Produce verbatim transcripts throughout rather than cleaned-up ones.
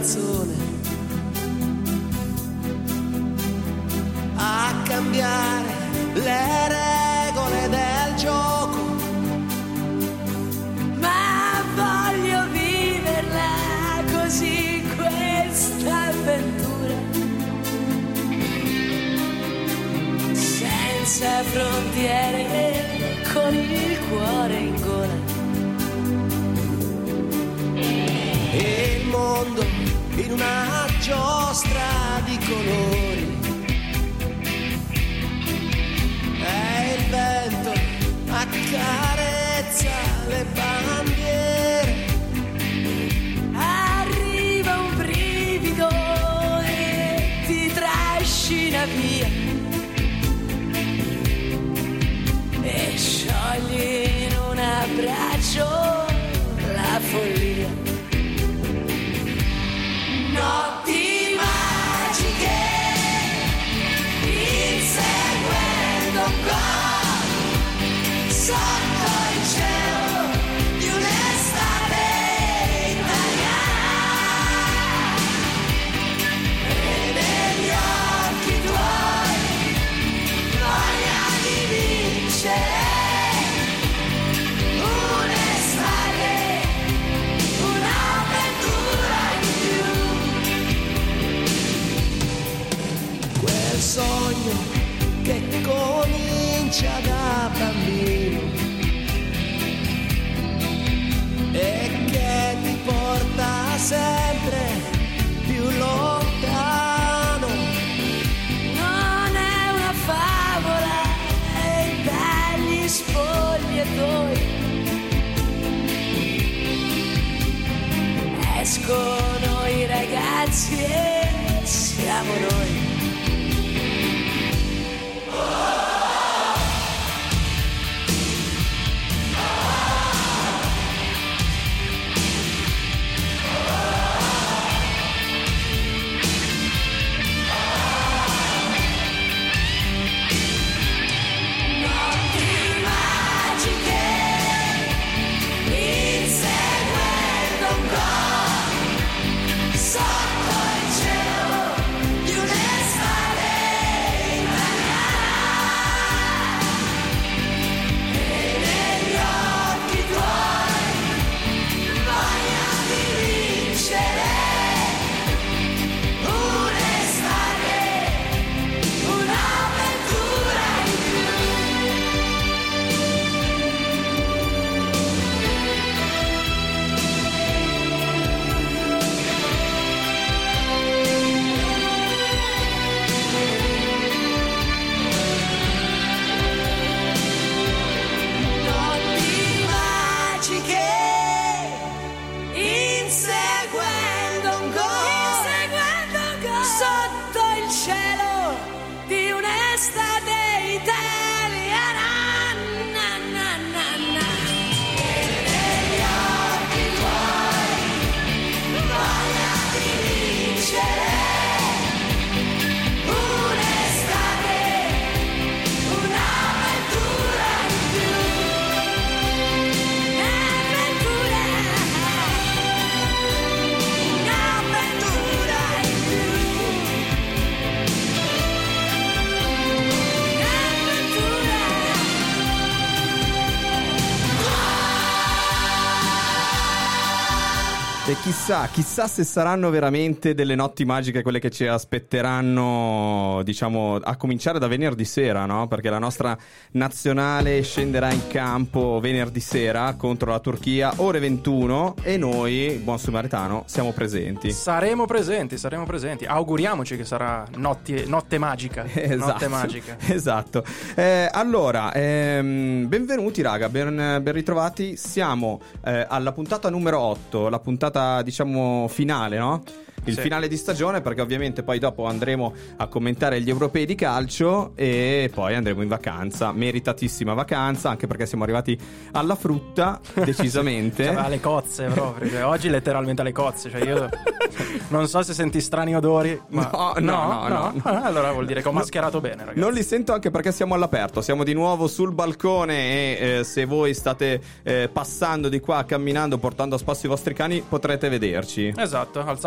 canzone a cambiare le regole del gioco, ma voglio viverla così questa avventura, senza frontiere, con il cuore in gola. E il mondo in una giostra di colori, e il vento accarezza le bandiere, arriva un brivido e ti trascina via e sciogli in un abbraccio la follia. Notti magiche, inseguendo un gol sotto il cielo di un'estate italiana, e negli occhi tuoi voglia di vincere. Sogno che comincia da bambino e che ti porta sempre più lontano. Non è una favola, è dagli spogliatoi escono i ragazzi e siamo noi. E chissà, chissà se saranno veramente delle notti magiche quelle che ci aspetteranno, diciamo, a cominciare da venerdì sera, no? Perché la nostra nazionale scenderà in campo venerdì sera contro la Turchia, ore ventuno, e noi, buon samaritano, siamo presenti. Saremo presenti, saremo presenti. Auguriamoci che sarà notti, notte magica. Esatto, notte magica. Esatto. Eh, allora, ehm, benvenuti raga, ben, ben ritrovati. Siamo eh, alla puntata numero otto, la puntata diciamo finale, no? Il sì. finale di stagione, perché ovviamente poi dopo andremo a commentare gli europei di calcio e poi andremo in vacanza, meritatissima vacanza, anche perché siamo arrivati alla frutta, decisamente. Cioè, alle cozze proprio, cioè, oggi letteralmente alle cozze, cioè io non so se senti strani odori, ma no, no, no, no, no. no. Allora vuol dire che ho mascherato bene, ragazzi. Non li sento, anche perché siamo all'aperto, siamo di nuovo sul balcone e eh, se voi state eh, passando di qua, camminando, portando a spasso i vostri cani, potrete vederci. Esatto, alzate la mano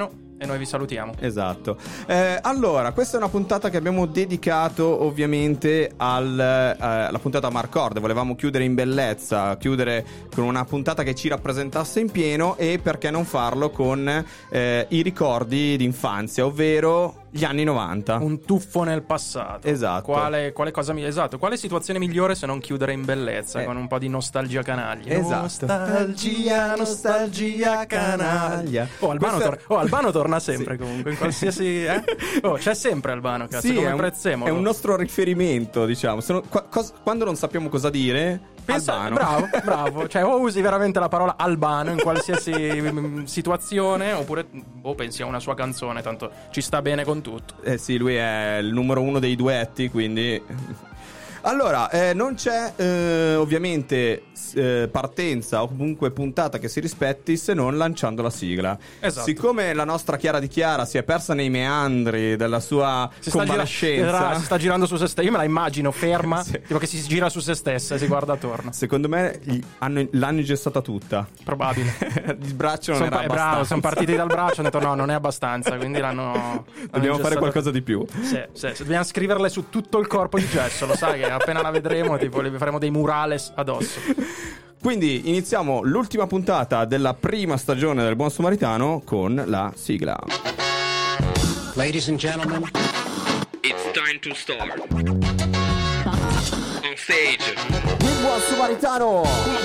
Samaritano e noi vi salutiamo. Esatto. Eh, allora, questa è una puntata che abbiamo dedicato ovviamente al, eh, alla puntata Marcord. Volevamo chiudere in bellezza, chiudere con una puntata che ci rappresentasse in pieno, e perché non farlo con eh, i ricordi d'infanzia, ovvero gli anni novanta. Un tuffo nel passato. Esatto. Quale, quale cosa mi... Esatto. Quale situazione migliore se non chiudere in bellezza, Eh. con un po' di nostalgia canaglia. Esatto. Nostalgia, nostalgia canaglia. Oh, Albano, Questa- tor- oh, Albano torna sempre Sì. comunque, in qualsiasi... Eh? Oh, c'è sempre Albano, cazzo, Sì, come è un, Prezzemolo. è un nostro riferimento, diciamo. Se non- qua- cos- quando non sappiamo cosa dire, Pensa, Albano. bravo, bravo. Cioè, o usi veramente la parola Albano in qualsiasi mm, situazione, oppure o pensi a una sua canzone, tanto ci sta bene con tutto. Eh sì, lui è il numero uno dei duetti, quindi... Allora, eh, non c'è eh, ovviamente eh, partenza o comunque puntata che si rispetti se non lanciando la sigla. Esatto. Siccome la nostra Chiara di Chiara si è persa nei meandri della sua Si sta, gira- convalescenza, gira- si sta girando su se stessa. Io me la immagino ferma, Sì. tipo che si gira su se stessa e si guarda attorno. secondo me gli hanno- l'hanno ingessata tutta. Probabile. Il braccio non Sono era pa- è abbastanza. bravo, sono partiti dal braccio, hanno detto no, non è abbastanza, quindi l'hanno... l'hanno Dobbiamo fare ingessato- qualcosa di più. Sì, sì, sì, dobbiamo scriverle su tutto il corpo di gesso, lo sai che appena la vedremo tipo le faremo dei murales addosso. Quindi iniziamo l'ultima puntata della prima stagione del Buon Samaritano con la sigla. Ladies and gentlemen, It's time to start. On stage. Il Buon Samaritano!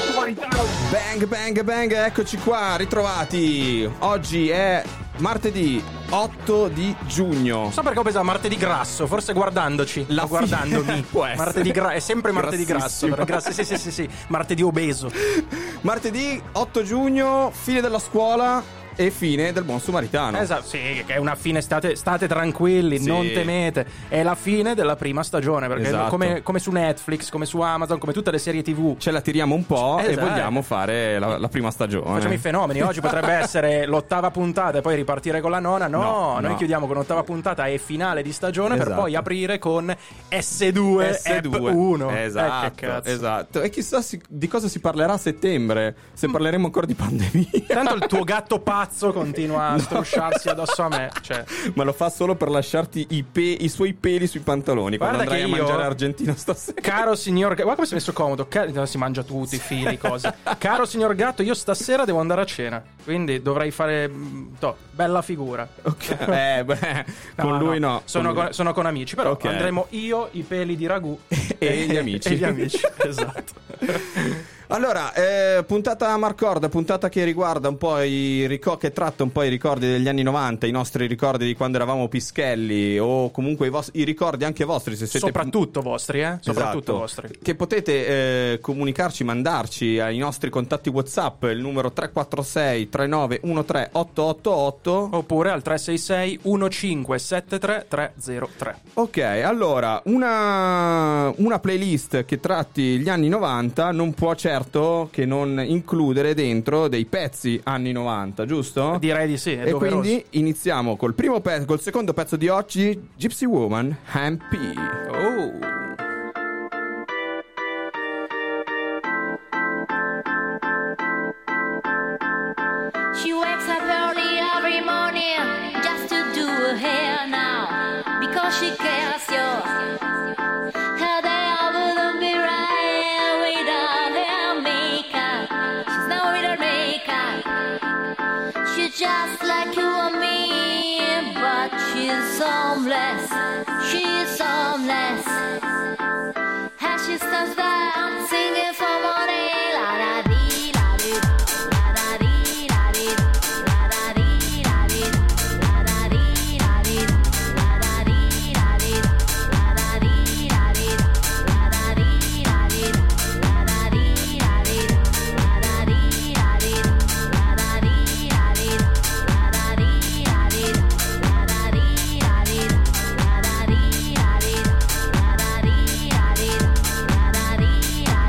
Bang bang bang, eccoci qua, ritrovati. Oggi è martedì otto di giugno. Non so perché ho pensato martedì grasso, forse guardandoci, La o guardandomi. Può essere. Martedì gra- è sempre martedì grasso, Grassissimo. però, grasso, sì, sì, sì, sì, martedì obeso. Martedì otto giugno, fine della scuola e fine del Buon Samaritano. Esatto, sì, che è una fine, state, state tranquilli, Sì. non temete. È la fine della prima stagione, perché Esatto. come, come su Netflix, come su Amazon, come tutte le serie tivù. Ce la tiriamo un po' e Esatto. vogliamo fare la, la prima stagione. Facciamo i fenomeni. Oggi potrebbe essere l'ottava puntata e poi ripartire con la nona. No, No, noi no. chiudiamo con l'ottava puntata e finale di stagione, per Esatto. poi aprire con S due, S due App uno. Esatto, Eh, che cazzo. esatto. E chissà si- di cosa si parlerà a settembre, se parleremo ancora di pandemia. Tanto il tuo gatto pazzo continua a strusciarsi addosso a me. Cioè, Ma lo fa solo per lasciarti i, pe- i suoi peli sui pantaloni quando Guarda andrai a che io- mangiare argentino stasera. caro signor gatto, guarda come si è messo comodo. Ca- si mangia tutti i fili, cose. Caro signor gatto, io stasera devo andare a cena, quindi dovrei fare mm, toh, bella figura. Ok. Eh, beh, con No, lui no. Sono Con con, lui- sono con amici, però Ok. andremo io, i peli di ragù E gli amici. e gli amici. Esatto. Allora, eh, puntata Marcord, puntata che riguarda un po' i ricordi, che tratta un po' i ricordi degli anni novanta, i nostri ricordi di quando eravamo pischelli, o comunque i, vos- i ricordi anche vostri, se siete Soprattutto vostri, eh? Soprattutto Esatto. vostri. Che potete eh, comunicarci, mandarci ai nostri contatti WhatsApp, il numero tre quattro sei tre nove uno tre otto otto otto. Oppure al tre sei sei uno cinque sette tre tre zero tre. Ok, allora, una, una playlist che tratti gli anni novanta non può certo che non includere dentro dei pezzi anni novanta, giusto? Direi di sì, è E doveroso. quindi iniziamo col primo pezzo, col secondo pezzo di oggi, Gypsy Woman, M P. Oh. She wakes up early every morning just to do her hair now because she cares, yo. Her day wouldn't be right without her makeup. She's not with her makeup. She's just like you and me, but she's homeless. She's homeless. As she stands there singing for money, la da dee, la dee, la da dee, la dee, la da dee, la dee, la da dee, la dee, la da dee, la dee, la da dee, la dee, la da dee, la dee, la da dee, la dee, la da dee, la dee, la da dee, la dee, la da dee, la dee, la da dee, la dee, la da dee, la dee, la da dee, la dee, la da dee, la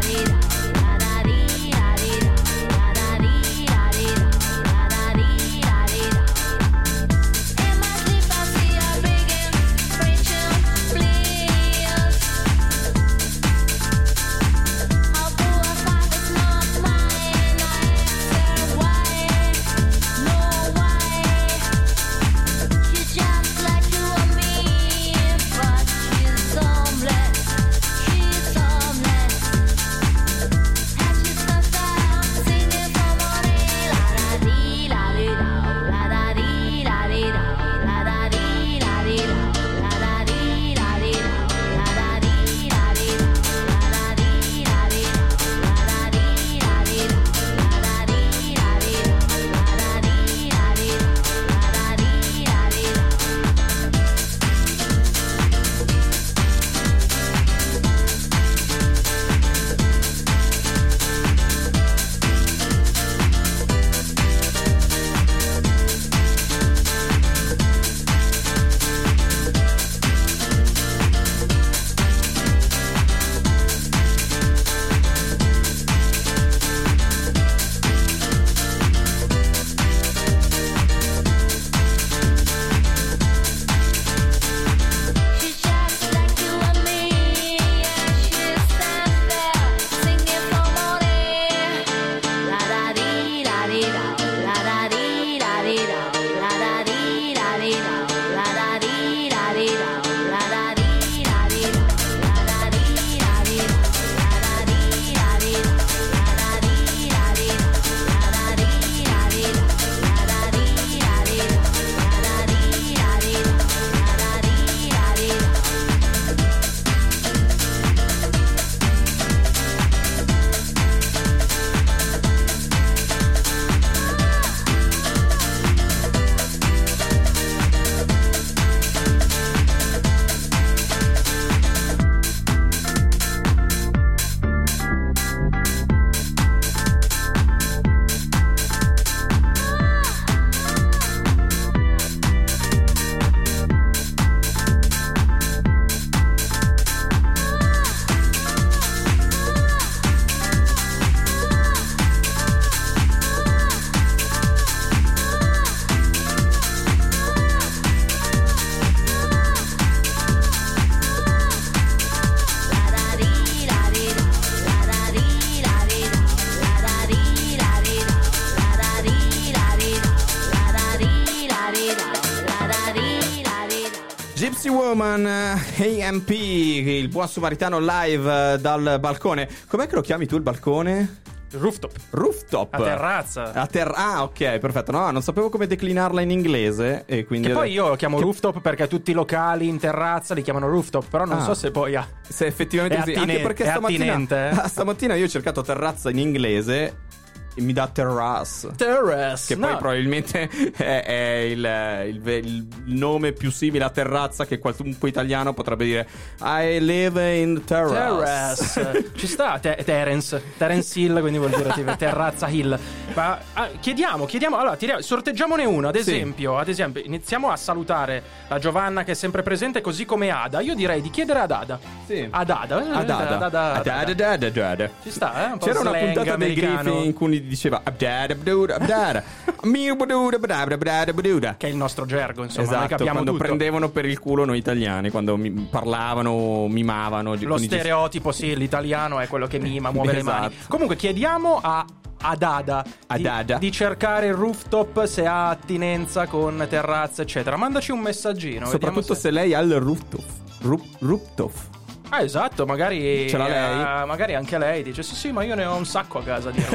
Woman, A M P, il buon Sumaritano live dal balcone. Com'è che lo chiami tu il balcone? Rooftop. Rooftop. A terrazza. A ter- ah, ok, perfetto. No, non sapevo come declinarla in inglese e quindi Che poi io lo chiamo che... rooftop perché tutti i locali in terrazza li chiamano rooftop, però non ah. so se poi ha... Se effettivamente È così. attine- Anche perché è stamattina attinente, eh? stamattina io ho cercato terrazza in inglese e mi dà terrace. Terrace. Che poi No. probabilmente è, è il, il, il nome più simile a terrazza che qualunque italiano potrebbe dire I live in terrace. Terrace. Ci sta te- Terence Terence Hill, quindi vuol dire tipo terrazza Hill. Ma ah, chiediamo, chiediamo allora tiriamo, sorteggiamone uno, ad Sì. esempio, ad esempio, iniziamo a salutare la Giovanna che è sempre presente, così come Ada. Io direi di chiedere ad Ada. Sì. Ad Ada. Ad Ada. Ad Ada. Ad Ada, ad Ada, ad Ada. Ci sta, eh? Un po' C'era una slang puntata dei americano. Griffin in cui diceva Abdada, abduda, abdada, miu, baduda, badabra, badada, baduda. Che è il nostro gergo, insomma, noi Esatto, capiamo quando tutto. prendevano per il culo noi italiani, quando mi- parlavano, mimavano. Lo stereotipo, sì, l'italiano è quello che mima, muove le mani. Esatto. Comunque chiediamo a ad Ada, Ad di, Ada. di cercare il rooftop se ha attinenza con terrazze eccetera. Mandaci un messaggino. Soprattutto vediamo se... se lei ha il rooftop. Rup- rooftop. Ah, esatto, magari Ce l'ha lei? eh, magari anche lei dice sì sì, ma io ne ho un sacco a casa di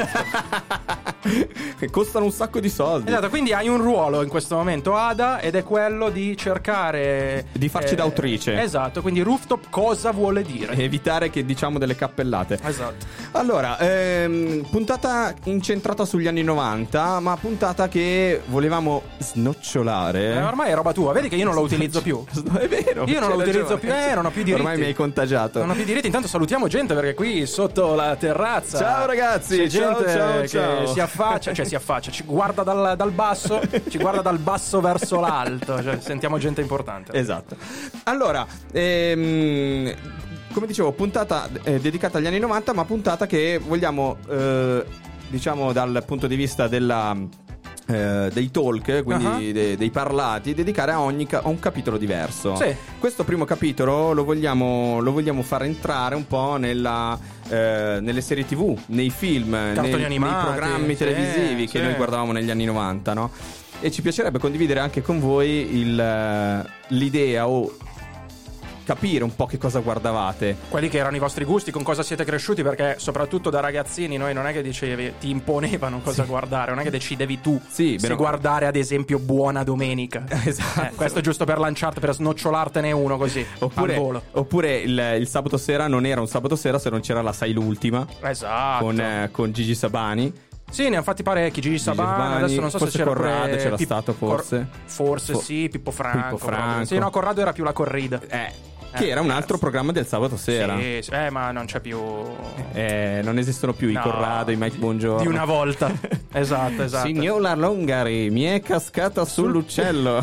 rooftop. Che costano un sacco di soldi. Esatto, quindi hai un ruolo in questo momento, Ada, ed è quello di cercare Di farci da autrice. Esatto, quindi rooftop cosa vuole dire? E evitare che diciamo delle cappellate. Esatto. Allora, ehm, puntata incentrata sugli anni novanta, ma puntata che volevamo snocciolare. Eh, ormai è roba tua, vedi che io non lo utilizzo più. È vero. Io non c'hai lo utilizzo ragione. più, eh, non ho più diritti. Ormai mi hai contagiato. Non ho più diritti, intanto salutiamo gente perché qui sotto la terrazza. Ciao, ragazzi, c'è ciao, gente ciao, che ciao. si affaccia, cioè si affaccia, ci guarda dal, dal basso, ci guarda dal basso verso l'alto, cioè sentiamo gente importante. Esatto. Allora, ehm, come dicevo, puntata eh, dedicata agli anni novanta, ma puntata che vogliamo, eh, diciamo, dal punto di vista della... eh, dei talk, quindi Uh-huh. de- dei parlati, dedicare a ogni ca- a un capitolo diverso. Sì. Questo primo capitolo lo vogliamo, lo vogliamo far entrare un po' nella, eh, nelle serie tv, nei film, Cartoni nei, animati, nei programmi sì, televisivi che sì. noi guardavamo negli anni novanta, no? E ci piacerebbe condividere anche con voi il, eh, l'idea o capire un po' che cosa guardavate. Quelli che erano i vostri gusti, con cosa siete cresciuti, perché soprattutto da ragazzini noi non è che dicevi, ti imponevano cosa guardare, non è che decidevi tu Sì, se bene- guardare ad esempio Buona Domenica. Esatto. Eh, questo è giusto per lanciarti, per snocciolartene uno così Oppure, al volo. oppure il, il sabato sera non era un sabato sera se non c'era la Sai l'ultima Esatto. con, eh, con Gigi Sabani. Sì, ne hanno fatti parecchi. Gigi Sabani, Sabani, adesso non so forse se c'era Corrado pure c'era Pip- stato, forse. Cor- forse Fo- sì, Pippo Franco. Pippo Franco. Sì, no, Corrado era più la corrida. Eh, che Eh, era un altro cazzo. programma del sabato sera. Sì, sì, eh, ma non c'è più. Eh, non esistono più No, i Corrado, i Mike Buongiorno. Di una volta. Esatto, esatto. Signora Longari, mi è cascata sull'uccello.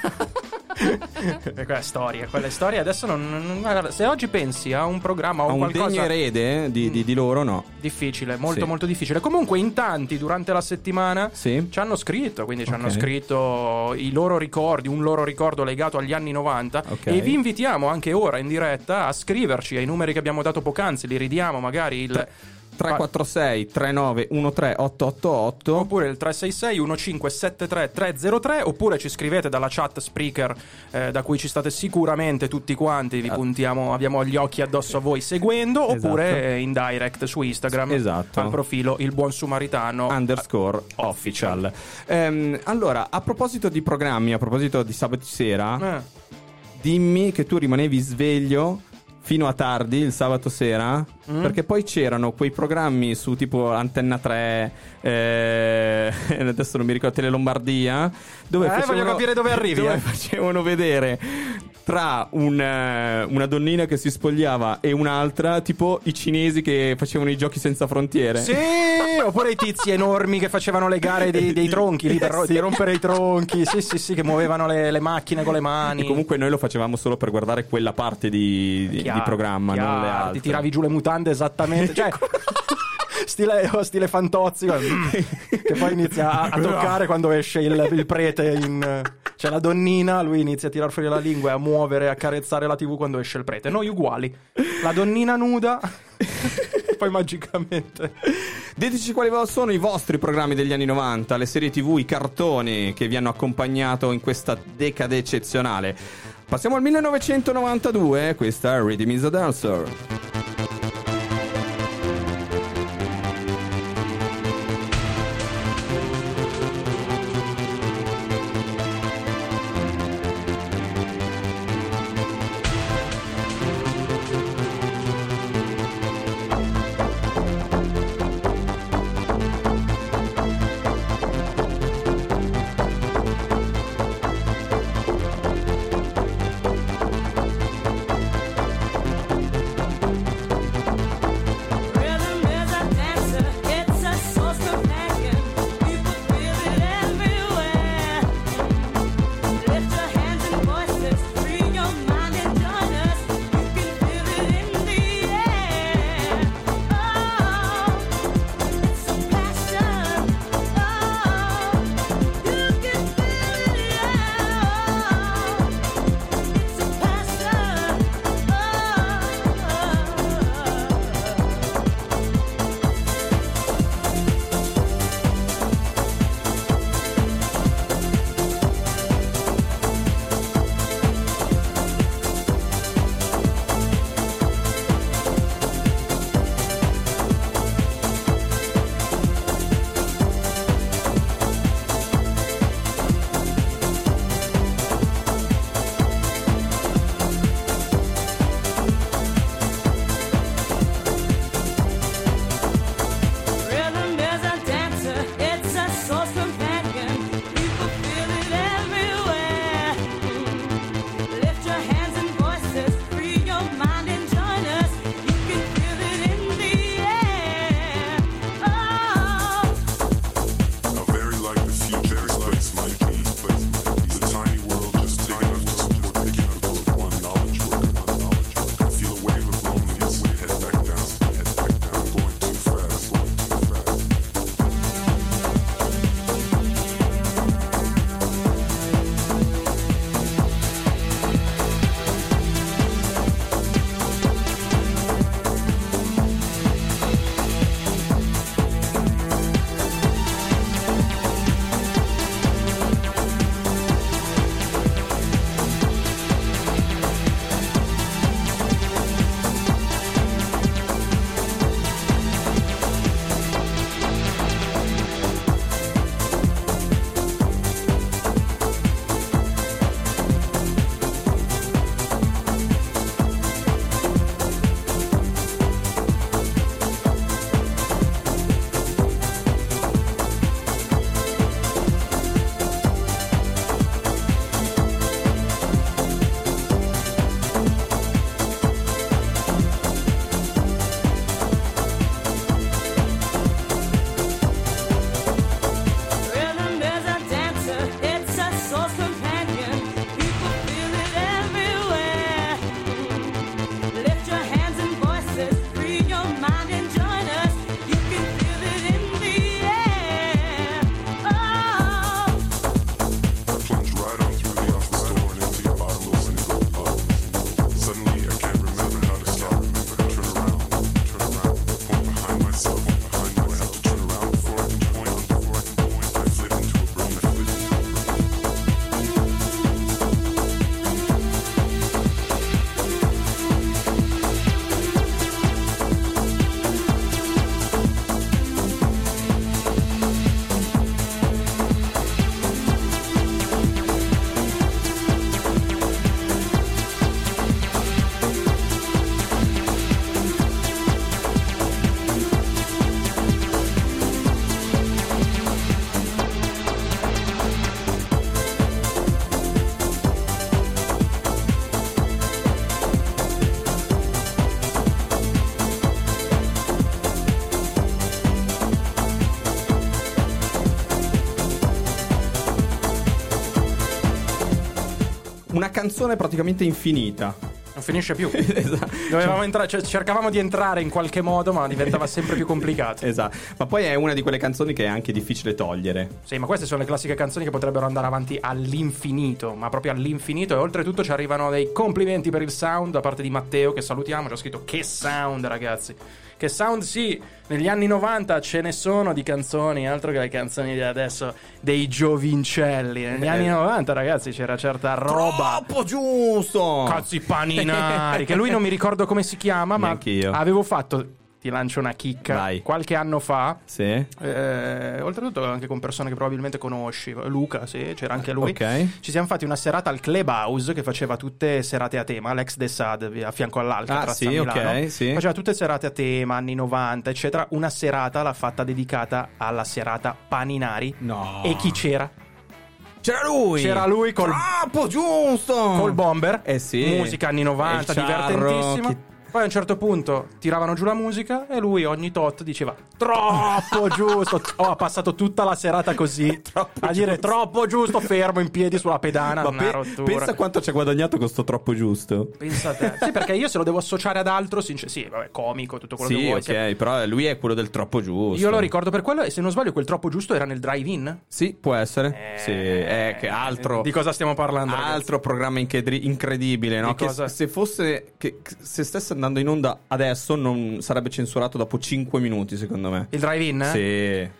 E quella storia, quelle storie adesso non, non- guarda, se oggi pensi a un programma o A un qualcosa degno erede di, di, di loro, no? difficile, molto Sì. molto difficile. Comunque in tanti durante la settimana Sì. ci hanno scritto, quindi ci Ok. hanno scritto i loro ricordi, un loro ricordo legato agli anni novanta. Ok. E vi invitiamo anche ora in diretta a scriverci ai numeri che abbiamo dato poc'anzi, li ridiamo magari il tre quattro sei tre nove uno tre otto otto otto. oppure il tre sei sei uno cinque sette tre tre zero tre, oppure ci scrivete dalla chat Spreaker, eh, da cui ci state sicuramente tutti quanti, vi puntiamo, abbiamo gli occhi addosso a voi seguendo, Esatto. oppure eh, in direct su Instagram, Esatto. al profilo Il Buon Sumaritano Underscore official. Ehm, allora, a proposito di programmi, a proposito di sabato sera, Eh. dimmi che tu rimanevi sveglio fino a tardi il sabato sera, Mm. perché poi c'erano quei programmi su tipo Antenna tre, eh, adesso non mi ricordo, Tele Lombardia, dove Eh, facevano, voglio capire dove arrivi, dove eh. facevano vedere tra un, eh, una donnina che si spogliava e un'altra, tipo i cinesi che facevano i giochi senza frontiere. Sì, oppure i tizi enormi che facevano le gare dei, dei tronchi lì per ro- di rompere i tronchi. Sì, sì, sì, che muovevano le, le macchine con le mani. E comunque noi lo facevamo solo per guardare quella parte di, di- Chiaro, di programma, chiaro, non le altre. Ti tiravi giù le mutande esattamente, cioè stile, stile Fantozzi, mm, che poi inizia a, a toccare quando esce il, il prete in... C'è la donnina, lui inizia a tirar fuori la lingua e a muovere, a carezzare la tivù quando esce il prete. Noi uguali, la donnina nuda poi magicamente... Diteci quali sono i vostri programmi degli anni novanta, le serie tv, i cartoni che vi hanno accompagnato in questa decade eccezionale. Passiamo al millenovecentonovantadue, questa è Rhythm is a Dancer. una canzone praticamente infinita. Non finisce più. Esatto. Dovevamo entrare, cioè, cercavamo di entrare in qualche modo, ma diventava sempre più complicato. Esatto. Ma poi è una di quelle canzoni che è anche difficile togliere. Sì, ma queste sono le classiche canzoni che potrebbero andare avanti all'infinito, ma proprio all'infinito. E oltretutto ci arrivano dei complimenti per il sound da parte di Matteo, che salutiamo. Ci ha scritto: che sound, ragazzi, che sound sì, negli anni novanta ce ne sono di canzoni, altro che le canzoni di adesso dei giovincelli. Negli anni novanta, ragazzi, c'era certa roba. Troppo giusto! Cazzi paninari, che lui non mi ricordo come si chiama, ma Neanch'io. avevo fatto... Ti lancio una chicca. Vai. Qualche anno fa, Sì. eh, oltretutto anche con persone che probabilmente conosci, Luca, sì, c'era anche lui. Ok. Ci siamo fatti una serata al Clubhouse che faceva tutte serate a tema, l'ex de Sade a fianco all'Alcatraz Ah, sì, a Milano. ok, sì. Faceva tutte serate a tema, anni novanta, eccetera. Una serata l'ha fatta dedicata alla serata Paninari. No. E chi c'era? C'era lui! C'era lui col, Troppo giusto! col bomber. Eh sì. Musica anni novanta, E il ciarro, divertentissima. chi- Poi a un certo punto tiravano giù la musica e lui ogni tot diceva troppo giusto. Oh, ha passato tutta la serata così a dire troppo giusto, fermo in piedi sulla pedana. Ma una pe- rottura. pensa quanto ci ha guadagnato questo troppo giusto. Pensa a te. Sì, perché io se lo devo associare ad altro, sincer- sì, vabbè, comico, tutto quello che Sì, vuoi. ok, sì. però lui è quello del troppo giusto. Io lo ricordo per quello e se non sbaglio quel troppo giusto era nel drive-in. Sì, può essere. Sì, è che altro. Di cosa stiamo parlando? ragazzi? Altro programma incredri- incredibile, no? Di Che cosa- se fosse. Che se stesse andando in onda adesso, non sarebbe censurato dopo cinque minuti, secondo me. Il drive-in? Sì.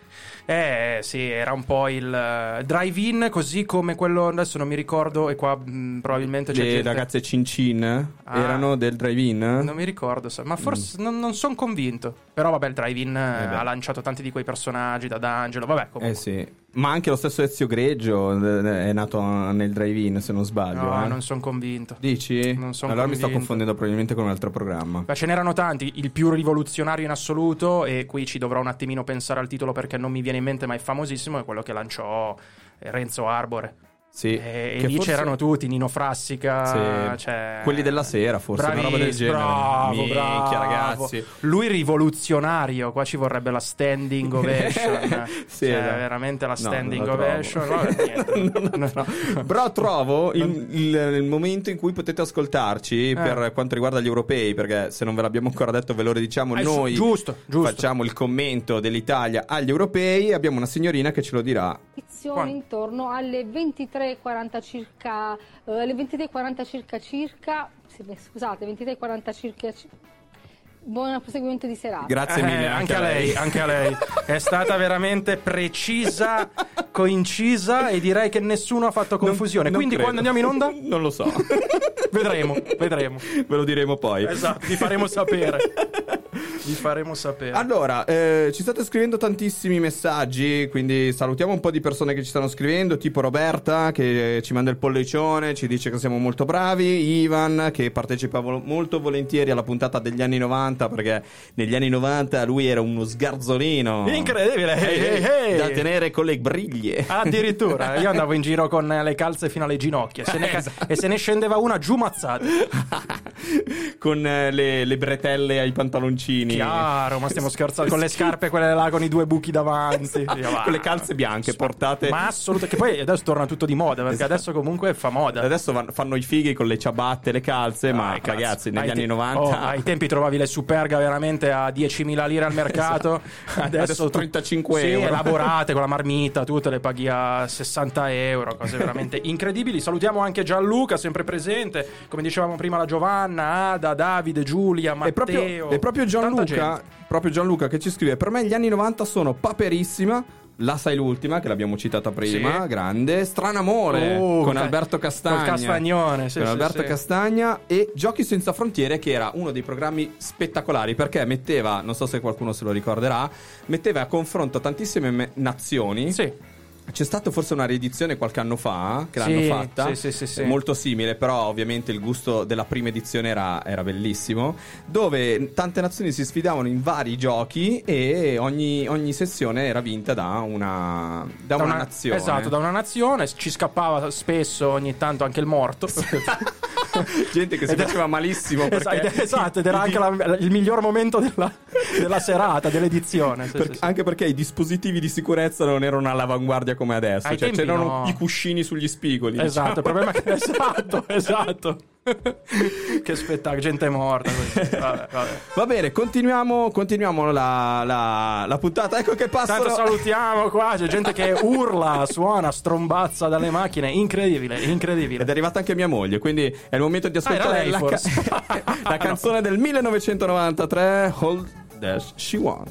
Eh sì, era un po' il uh, drive-in, così come quello, adesso non mi ricordo, e qua mh, probabilmente c'è Le gente... ragazze Cin Cin Ah. erano del drive-in? Non mi ricordo, sa- ma forse non, non sono convinto. Però vabbè, il drive-in eh, Eh beh. ha lanciato tanti di quei personaggi, da D'Angelo, vabbè, comunque. Eh sì. Ma anche lo stesso Ezio Greggio eh, è nato nel drive-in, se non sbaglio. No, eh. non sono convinto. Dici? Non son allora mi sto convinto. confondendo probabilmente con un altro programma. Ma ce n'erano tanti, il più rivoluzionario in assoluto, e qui ci dovrò un attimino pensare al titolo perché non mi viene in mente, ma è famosissimo, è quello che lanciò eh, Renzo Arbore. Sì. E, e che lì forse- c'erano tutti, Nino Frassica, Sì. cioè... Quelli della sera, forse, una roba del Bravissimo, genere. Bravo, Minchia, bravo. ragazzi. Lui rivoluzionario, qua ci vorrebbe la standing ovation. Sì, cioè, esatto. veramente la No, standing non la trovo. ovation. Vabbè, niente. Non la trovo. Però trovo il, il- il momento in cui potete ascoltarci per quanto riguarda gli europei, perché se non ve l'abbiamo ancora detto ve lo ridiciamo Eh, noi. giusto, giusto. Facciamo il commento dell'Italia agli europei. Abbiamo una signorina che ce lo dirà. Quando? Intorno alle ventitré e quaranta circa, eh, alle ventitré e quaranta circa circa, sì, beh, scusate, ventitré e quaranta circa. ci- Buon proseguimento di serata. Grazie Eh, mille anche a lei, anche a lei. È stata veramente precisa, coincisa, e direi che nessuno ha fatto confusione. Non Quindi credo. quando andiamo in onda? Non lo so. Vedremo, vedremo. Ve lo diremo poi. Esatto, vi faremo sapere. Vi faremo sapere. Allora, eh, ci state scrivendo tantissimi messaggi, quindi salutiamo un po' di persone che ci stanno scrivendo, tipo Roberta che ci manda il pollicione, ci dice che siamo molto bravi, Ivan che partecipa vol- molto volentieri alla puntata degli anni novanta, perché negli anni novanta lui era uno sgarzolino. Incredibile, Eh, hey, hey, hey. da tenere con le briglie. Addirittura, io andavo in giro con le calze fino alle ginocchia se ne ca- Esatto. e se ne scendeva una giù mazzata. Con eh, le, le bretelle ai pantaloncini. Chiaro, ma stiamo scherzando, con le scarpe quelle là con i due buchi davanti. Con le calze bianche portate. Ma assolutamente, che poi adesso torna tutto di moda, perché Esatto. adesso comunque fa moda. Adesso van- fanno i fighi con le ciabatte, le calze, ma Dai, cazzo. ragazzi, negli Ai anni te- novanta. oh, ai tempi trovavi le Superga veramente a diecimila lire al mercato. Adesso, Adesso tu- trentacinque sì, euro. elaborate con la marmita, tutte le paghi a sessanta euro, cose veramente incredibili. Salutiamo anche Gianluca, sempre presente. Come dicevamo prima, la Giovanna, Ada, Davide, Giulia, Matteo. È proprio, è proprio tanta Gianluca, gente. proprio Gianluca che ci scrive: per me gli anni novanta sono Paperissima, La sai l'ultima, che l'abbiamo citata prima, Sì. grande, Stranamore Oh, con ca- Alberto Castagna. col Castagnone, sì, con sì, Alberto sì. Castagna, e Giochi senza frontiere, che era uno dei programmi spettacolari, perché metteva, non so se qualcuno se lo ricorderà, metteva a confronto tantissime me- nazioni. Sì. C'è stata forse una riedizione qualche anno fa che Sì, l'hanno fatta, sì, sì, sì, sì. molto simile, però ovviamente il gusto della prima edizione era, era bellissimo, dove tante nazioni si sfidavano in vari giochi e ogni, ogni sessione era vinta da una, da una, nazione. Esatto, da una nazione. Ci scappava spesso ogni tanto anche il morto. Gente che si Ed era- faceva malissimo perché Esatto, esatto, ed era anche la- il miglior momento della, della serata, dell'edizione. Sì, Per- sì, sì. anche perché i dispositivi di sicurezza non erano all'avanguardia come adesso, Ai cioè tempi c'erano no. i cuscini sugli spigoli. Esatto, il diciamo. problema è che esatto, esatto. Che spettacolo, gente morta così. Vabbè, vabbè. Va bene, continuiamo, continuiamo la, la, la puntata. Ecco che passano. Tanto salutiamo qua, c'è gente che urla, suona, strombazza dalle macchine, incredibile, incredibile. Ed è arrivata anche mia moglie, quindi è il momento di Ah, era ascoltare lei, la, forse. ca- la canzone del millenovecentonovantatré, Hold Does She Want.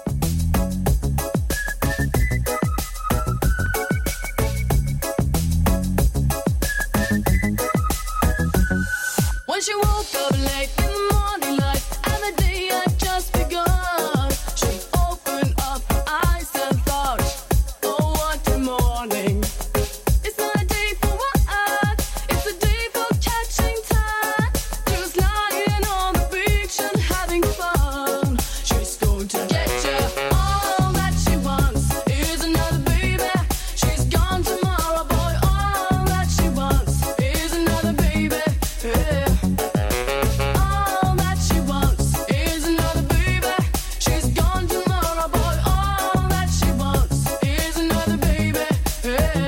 When she woke up late in the morning light and the day had just begun, she opened up her eyes and thought, oh, what a morning. It's not a day for what? It's a day for catching time. Just lying on the beach and having fun. She's going to get you. All that she wants is another baby. She's gone tomorrow, boy. All that she wants is another baby. Yeah. All that she wants is another baby. She's gone tomorrow, boy. All that she wants is another baby. Yeah.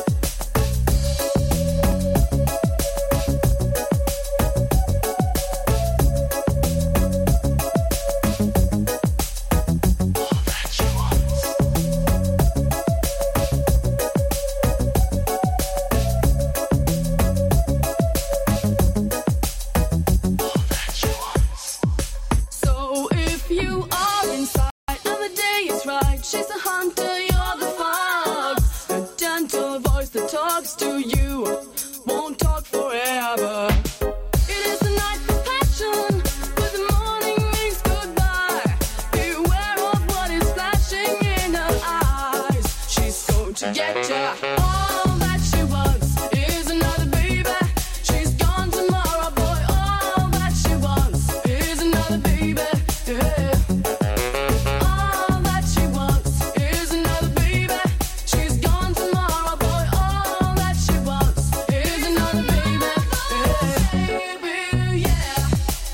So if you are inside and the day is right, she's a hunter, you're the fox. A gentle voice that talks to you won't talk forever. It is the night for passion, but the morning means goodbye. Beware of what is flashing in her eyes. She's going to get ya. All that she wants is another baby. She's gone tomorrow, boy. All that she wants is another baby. Yeah. All that she wants is another baby. She's gone tomorrow, boy. All that she wants is another baby. Yeah. Baby, yeah.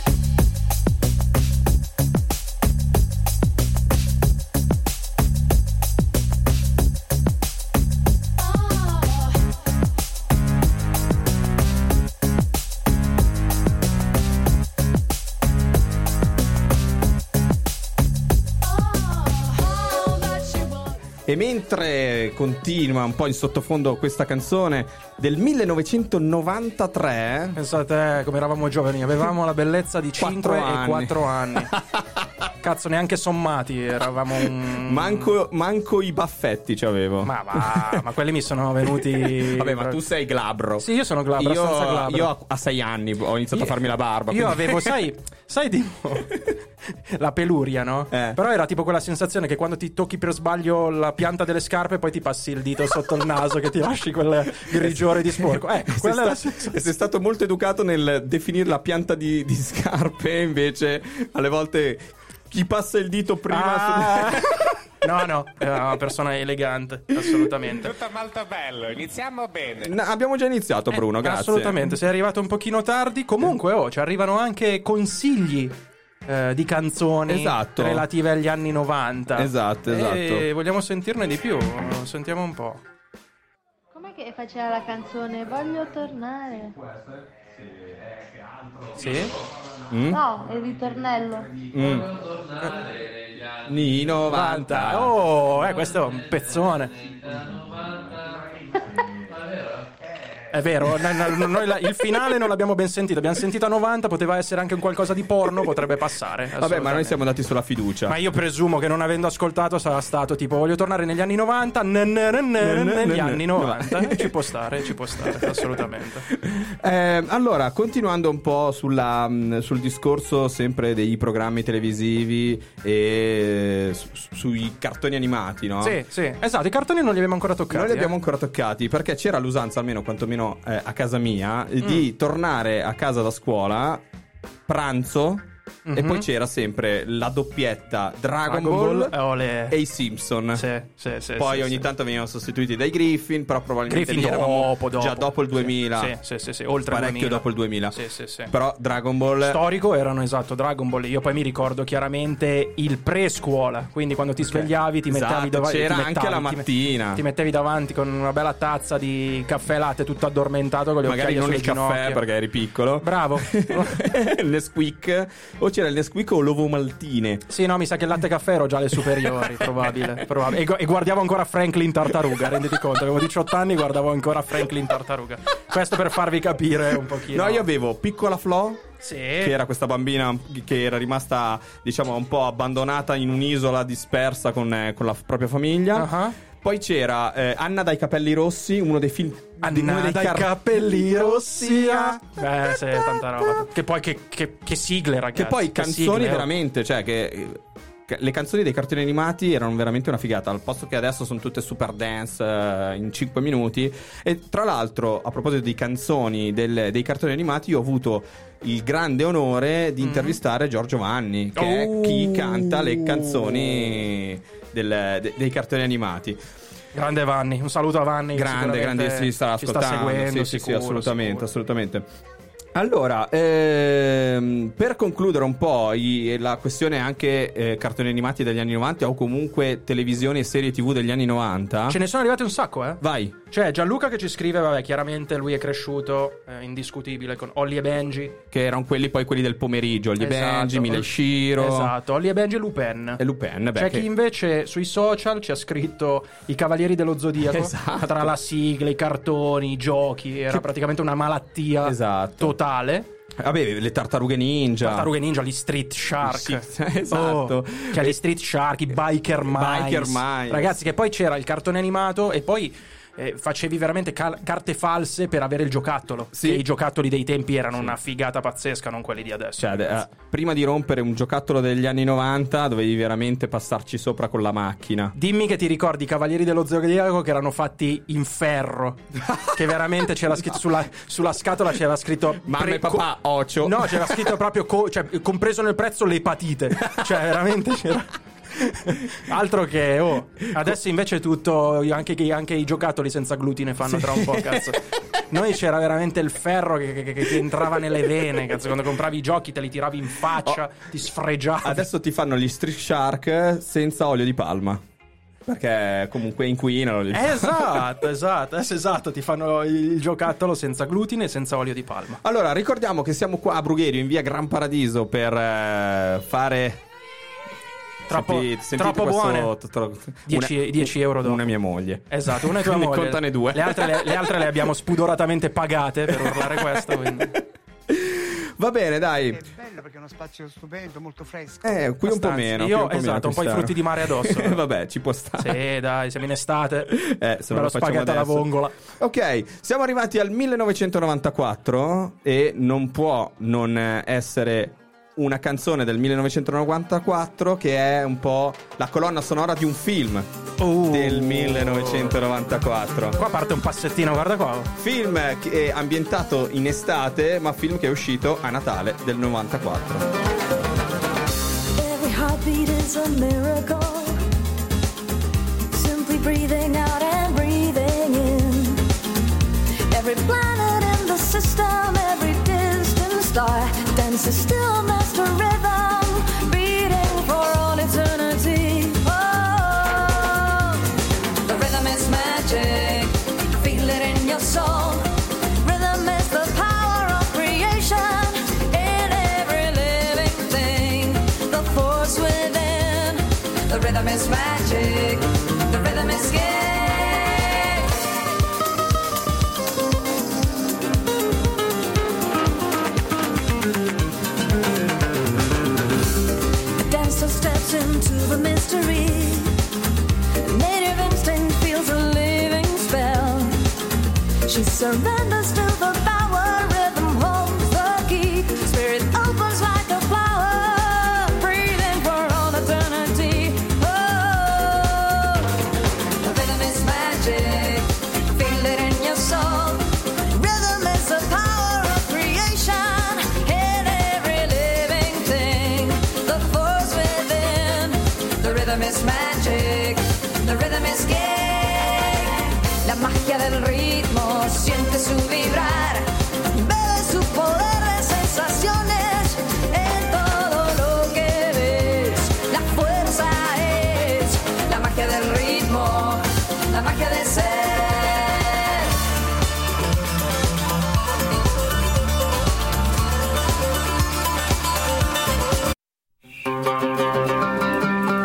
All that she wants. E mentre continua un po' in sottofondo questa canzone del millenovecentonovantatré, Pensate come eravamo giovani, avevamo la bellezza di cinque e anni. quattro anni. Cazzo, neanche sommati, eravamo un... manco, manco i baffetti ci avevo. Ma va, ma quelli mi sono venuti... Vabbè, ma tu sei glabro. Sì, io sono glabro, Io, abbastanza glabro. io a, a sei anni ho iniziato a farmi la barba. Io quindi- avevo, sai, sai tipo la peluria, no? Eh. Però era tipo quella sensazione che quando ti tocchi per sbaglio la pianta delle scarpe poi ti passi il dito sotto il naso che ti lasci quel grigiore di sporco. Ecco, Sei, quella è la sta- sensazione. sei stato molto educato nel definire la pianta di, di scarpe, invece alle volte chi passa il dito prima... Ah. No, no, è una persona elegante, assolutamente. Tutto molto bello, iniziamo bene. No, abbiamo già iniziato, Bruno, Eh, grazie. Assolutamente, sei arrivato un pochino tardi. Comunque, oh, ci arrivano anche consigli eh, di canzoni Esatto. relative agli anni novanta. Esatto, esatto. E vogliamo sentirne di più. Sentiamo un po'. Com'è che faceva la canzone? Voglio tornare. Sì? Mm? No, è il ritornello. Ni novanta. Oh, eh, questo è un pezzone. È vero, n- n- noi la- il finale non l'abbiamo ben sentito. Abbiamo sentito a novanta, poteva essere anche un qualcosa di porno, potrebbe passare. Vabbè, ma noi assolutamente. siamo andati sulla fiducia. Ma io presumo che non avendo ascoltato sarà stato tipo voglio tornare negli anni novanta, n- n- n- n- negli anni novanta. Eh, Ci può stare, ci può stare, assolutamente. Eh, allora, continuando un po' sulla, mh, sul discorso sempre dei programmi televisivi e su- su- sui cartoni animati, no? Sì, sì, esatto, i cartoni non li abbiamo ancora toccati. Non li abbiamo eh. ancora toccati perché c'era l'usanza, almeno quantomeno eh, a casa mia, eh, di tornare a casa da scuola, pranzo, e poi c'era sempre la doppietta Dragon, Dragon Ball, Ball, ole. e i Simpson. Sì, sì, sì, Poi sì, ogni sì. tanto venivano sostituiti dai Griffin, però probabilmente Griffin lì eravamo dopo, dopo. già dopo il duemila. Sì, sì, sì, sì, oltre il parecchio duemila. dopo il duemila. Sì, sì, sì. Però Dragon Ball Storico erano esatto Dragon Ball. Io poi mi ricordo chiaramente il pre-scuola, quindi quando ti svegliavi ti mettevi Esatto, davanti, c'era ti anche mettavi- la ti met- mattina. Ti mettevi davanti con una bella tazza di caffè latte tutto addormentato con le magari occhiaie non sulle il caffè ginocchia. perché eri piccolo. Bravo. Il Nesquik, o c'era il Nesquik o l'uovo maltine. Sì, no, mi sa che il latte caffè ero già alle superiori, probabile, probabile. E, gu- e guardavo ancora Franklin Tartaruga, renditi conto, avevo diciotto anni e guardavo ancora Franklin Tartaruga. Questo per farvi capire un pochino. No, io avevo Piccola Flo, Sì. che era questa bambina che era rimasta, diciamo, un po' abbandonata in un'isola dispersa con, eh, con la f- propria famiglia. Uh-huh. Poi c'era eh, Anna dai capelli rossi, uno dei film Anna uno dei dai car- capelli rossi. Beh, sì, tanta roba. Che poi che, che, che sigle, ragazzi. Che poi che canzoni sigle, oh. veramente, cioè che che le canzoni dei cartoni animati erano veramente una figata, al posto che adesso sono tutte super dance eh, in cinque minuti. E tra l'altro, a proposito di canzoni del- dei cartoni animati, io ho avuto il grande onore di intervistare Giorgio Vanni, che Oh. è chi canta le canzoni del- de- dei cartoni animati. Grande Vanni, un saluto a Vanni. che Grande, sicuramente grande, si sta ci ascoltando. sta seguendo, sì, sì, sì, sicuro, assolutamente, sicuro. assolutamente. Allora, ehm, per concludere un po' i- la questione anche eh, cartoni animati degli anni novanta o comunque televisioni e serie tv degli anni novanta. Ce ne sono arrivati un sacco, eh. Vai. C'è Gianluca che ci scrive, vabbè, chiaramente lui è cresciuto, eh, indiscutibile, con Holly e Benji. Che erano quelli poi quelli del pomeriggio, gli Esatto. Benji, Mila e Shiro. Esatto, Holly e Benji e Lupin. E Lupin, beh, C'è che- chi invece sui social ci ha scritto i Cavalieri dello Zodiaco. Esatto. Tra la sigla, i cartoni, i giochi. Era Che- praticamente una malattia Esatto. totale. Vabbè, le tartarughe ninja. Tartarughe Ninja, gli Street Shark. Sì, esatto. Oh, cioè gli Street Shark, i Biker Mice. Biker Mice. Ragazzi, che poi c'era il cartone animato e poi eh, facevi veramente cal- carte false per avere il giocattolo. Sì. Che i giocattoli dei tempi erano una figata pazzesca, non quelli di adesso. Cioè, eh, prima di rompere un giocattolo degli anni novanta dovevi veramente passarci sopra con la macchina. Dimmi che ti ricordi i Cavalieri dello Zodiaco che erano fatti in ferro. Che veramente c'era scritto sulla, sulla scatola c'era scritto Mamma pre- e papà, co- ocio. No, c'era scritto proprio co- cioè, compreso nel prezzo l'epatite. Cioè veramente c'era altro che oh. Adesso invece è tutto anche, anche i giocattoli senza glutine fanno tra un po', cazzo. Noi c'era veramente il ferro che, che, che ti entrava nelle vene, cazzo. Quando compravi i giochi te li tiravi in faccia, Oh. ti sfregiavi. Adesso ti fanno gli Street Shark senza olio di palma. Perché comunque inquinano. Li... Esatto, esatto, eh, esatto, ti fanno il giocattolo senza glutine e senza olio di palma. Allora, ricordiamo che siamo qua a Brugherio, in via Gran Paradiso, per eh, fare... Troppo, Senti- sentite troppo questo- buone. tro- dieci una- dieci euro dopo. Una mia moglie. Esatto, una è tua Quindi moglie. contane due. Le altre le, le altre le abbiamo spudoratamente pagate per urlare questo, quindi. Va bene, dai. È bello perché è uno spazio stupendo, molto fresco. Eh, qui un po' Abbastanza. meno. Io, qui un po' esatto, meno un po' i quest'anno. frutti di mare addosso. Eh, Vabbè, ci può stare. Sì, dai, siamo in estate. Eh, se non Bello lo facciamo spaghetto alla adesso. vongola. Ok, siamo arrivati al millenovecentonovantaquattro e non può non essere una canzone del millenovecentonovantaquattro che è un po' la colonna sonora di un film Uh. del millenovecentonovantaquattro. Qua parte un passettino, guarda qua. Film che è ambientato in estate, ma film che è uscito a Natale del novantaquattro. Every heartbeat is a miracle. Simply breathing out and breathing in. Every planet in the system, every distant star dances still master rhythm, beating for all eternity. Oh, the rhythm is magic. Feel it in your soul. Rhythm is the power of creation in every living thing. The force within. The rhythm is magic. The rhythm is game. The dancer steps into the mystery. Native instinct feels a living spell. She surrenders to the power. Rhythm holds the key. Spirit opens like a flower, breathing for all eternity. Oh, the rhythm is magic. Feel it in your soul. Rhythm is the power of creation in every living thing. The force within. The rhythm is magic. The rhythm is game. La magia del ritmo siente su vibrar. Bebe su poder de sensaciones en todo lo que ves. La fuerza es la magia del ritmo, la magia de ser.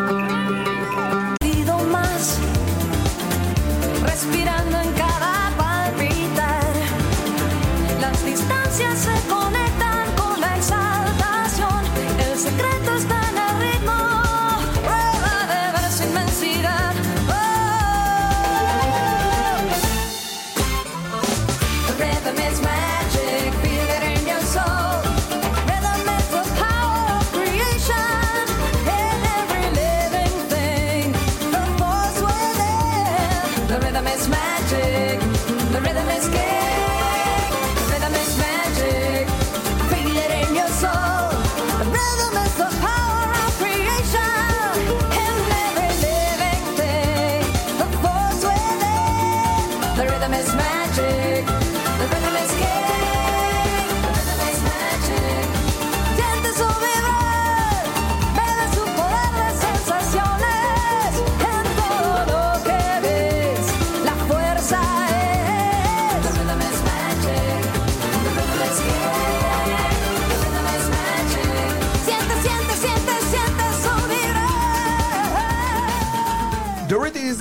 Pido más, respirando en cada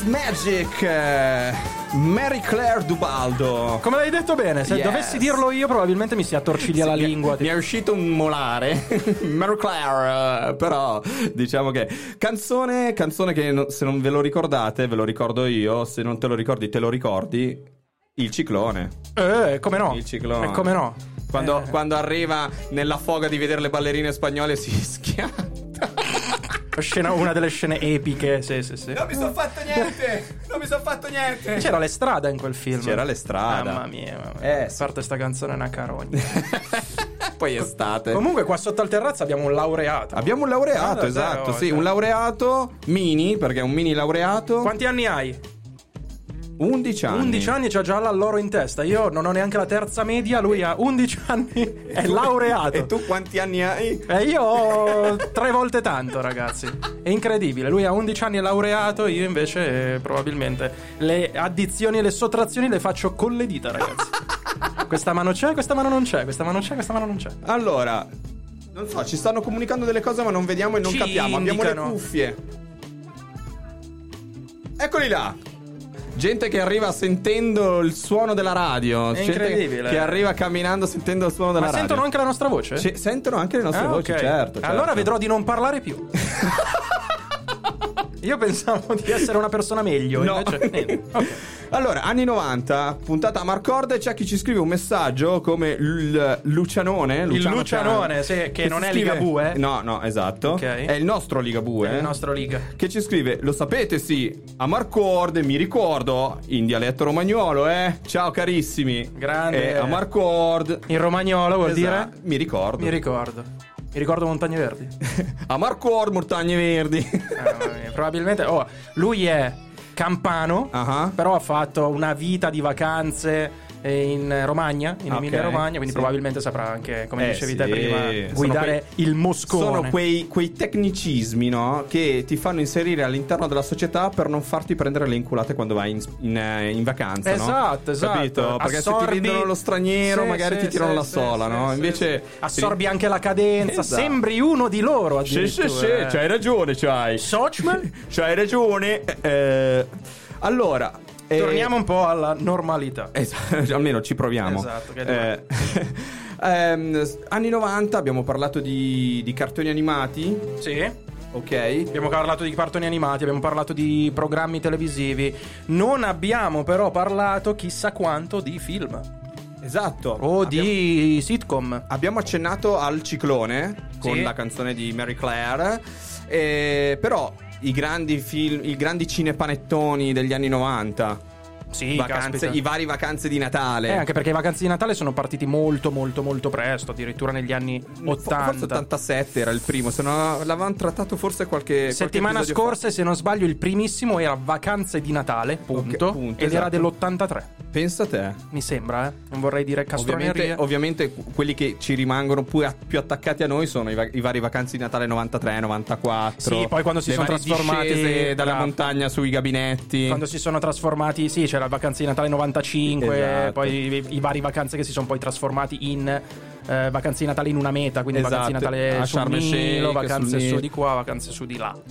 Magic, eh, Mary Claire Dubaldo. Come l'hai detto bene, se Yes. dovessi dirlo io probabilmente mi si attorciglia la Sì, lingua. Mi è uscito un molare. Mary Claire, eh, però diciamo che canzone, canzone che no- se non ve lo ricordate, ve lo ricordo io, se non te lo ricordi, te lo ricordi. Il ciclone. Eh, come no? Il ciclone. Eh, come no? Quando, Eh. quando arriva nella foga di vedere le ballerine spagnole si schiatta. Scena, una delle scene epiche, sì, sì, sì. Non mi sono fatto niente! Non mi sono fatto niente! C'era l'Estrada in quel film. C'era l'Estrada. Mamma mia, mamma mia. Eh, A parte sta canzone è una carogna. Poi estate. Comunque qua sotto al terrazzo abbiamo un laureato. Abbiamo un laureato, Ah, esatto, davvero? sì, un laureato mini, perché è un mini laureato. Quanti anni hai? undici anni. undici anni, c'ha già l'alloro in testa. Io non ho neanche la terza media, lui ha undici anni, è laureato. E tu quanti anni hai? E io ho tre volte tanto, ragazzi. È incredibile. Lui ha undici anni, è laureato. Io invece, eh, probabilmente, le addizioni e le sottrazioni le faccio con le dita, ragazzi. Questa mano c'è, questa mano non c'è. Questa mano c'è, questa mano non c'è. Allora, non so, ci stanno comunicando delle cose ma non vediamo e non Ci capiamo. indicano. Abbiamo le cuffie. Eccoli là. Gente che arriva sentendo il suono della radio. È Gente incredibile. che arriva camminando sentendo il suono della Ma radio. sentono anche la nostra voce? Ci- sentono anche le nostre Ah, voci, ok. certo, certo. Allora vedrò di non parlare più. Io pensavo di essere una persona meglio, No. invece niente. Ok. Allora, anni novanta, puntata a Marcord, c'è chi ci scrive un messaggio come il Lucianone. Il Luciano Lucianone, Cian, sì, che non ci è scrive- Ligabue. No, no, esatto. Ok. È il nostro Ligabue. È il nostro Liga. Che ci scrive, lo sapete sì, a Marcord mi ricordo in dialetto romagnolo, eh. Ciao carissimi. Grande. Eh, a Marcord. In romagnolo vuol Esatto, dire? Mi ricordo. Mi ricordo. Mi ricordo Montagne Verdi. A Marcord, Montagne Verdi. Ah, mamma mia, probabilmente. Oh, lui è campano, Ah. però ha fatto una vita di vacanze in Romagna, in Ok, Emilia Romagna, quindi sì. probabilmente saprà anche, come Eh, dicevi te sì. prima, Sono guidare quei- il moscone. Sono quei, quei tecnicismi, no? Che ti fanno inserire all'interno della società per non farti prendere le inculate quando vai in, in, eh, in vacanza, no? Esatto, esatto. Capito? Perché Assorbi- se ti vedono lo straniero, Sì, magari sì, ti tirano sì, la sì, sola, sì, no? sì, Invece sì. Assorbi anche la cadenza, Esatto. sembri uno di loro Sì, addirittura. sì, sì, eh. c'hai ragione, c'hai. Sochman? C'hai ragione. Eh, allora, eh, Torniamo un po' alla normalità. Esatto, almeno ci proviamo. Esatto, che è Eh, ehm, anni novanta, abbiamo parlato di, di cartoni animati. Sì. Ok. Abbiamo parlato di cartoni animati, abbiamo parlato di programmi televisivi. Non abbiamo però parlato chissà quanto di film Esatto. o Abbiamo- di sitcom. Abbiamo accennato al ciclone con Sì. la canzone di Mary Claire, eh, però i grandi film, i grandi cinepanettoni degli anni novanta, Sì, vacanze, caspita. i vari vacanze di Natale. Eh, anche perché i vacanze di Natale sono partiti molto molto molto presto, addirittura negli anni Fo- ottanta. Forse ottantasette era il primo, se no l'avevamo trattato forse qualche qualche Settimana episodio scorsa, se non sbaglio, il primissimo era Vacanze di Natale, punto, Ok, punto, ed era esatto. dell'ottantatré. fa. Pensa te. Mi sembra, eh. Non vorrei dire castronerie. Ovviamente, ovviamente quelli che ci rimangono più, a- più attaccati a noi sono i, va- i vari vacanze di Natale novantatré, novantaquattro. Sì, poi quando si le sono varie trasformati- discese dalla Bravo. montagna sui gabinetti. Quando si sono trasformati, sì, c'era Vacanze di Natale novantacinque, Esatto. poi i, i vari vacanze che si sono poi trasformati in eh, Vacanze di Natale in una meta, quindi Esatto. Vacanze di Natale A sul Sharm el Sheikh, Nilo, vacanze sul su Nilo. di qua, vacanze su di là.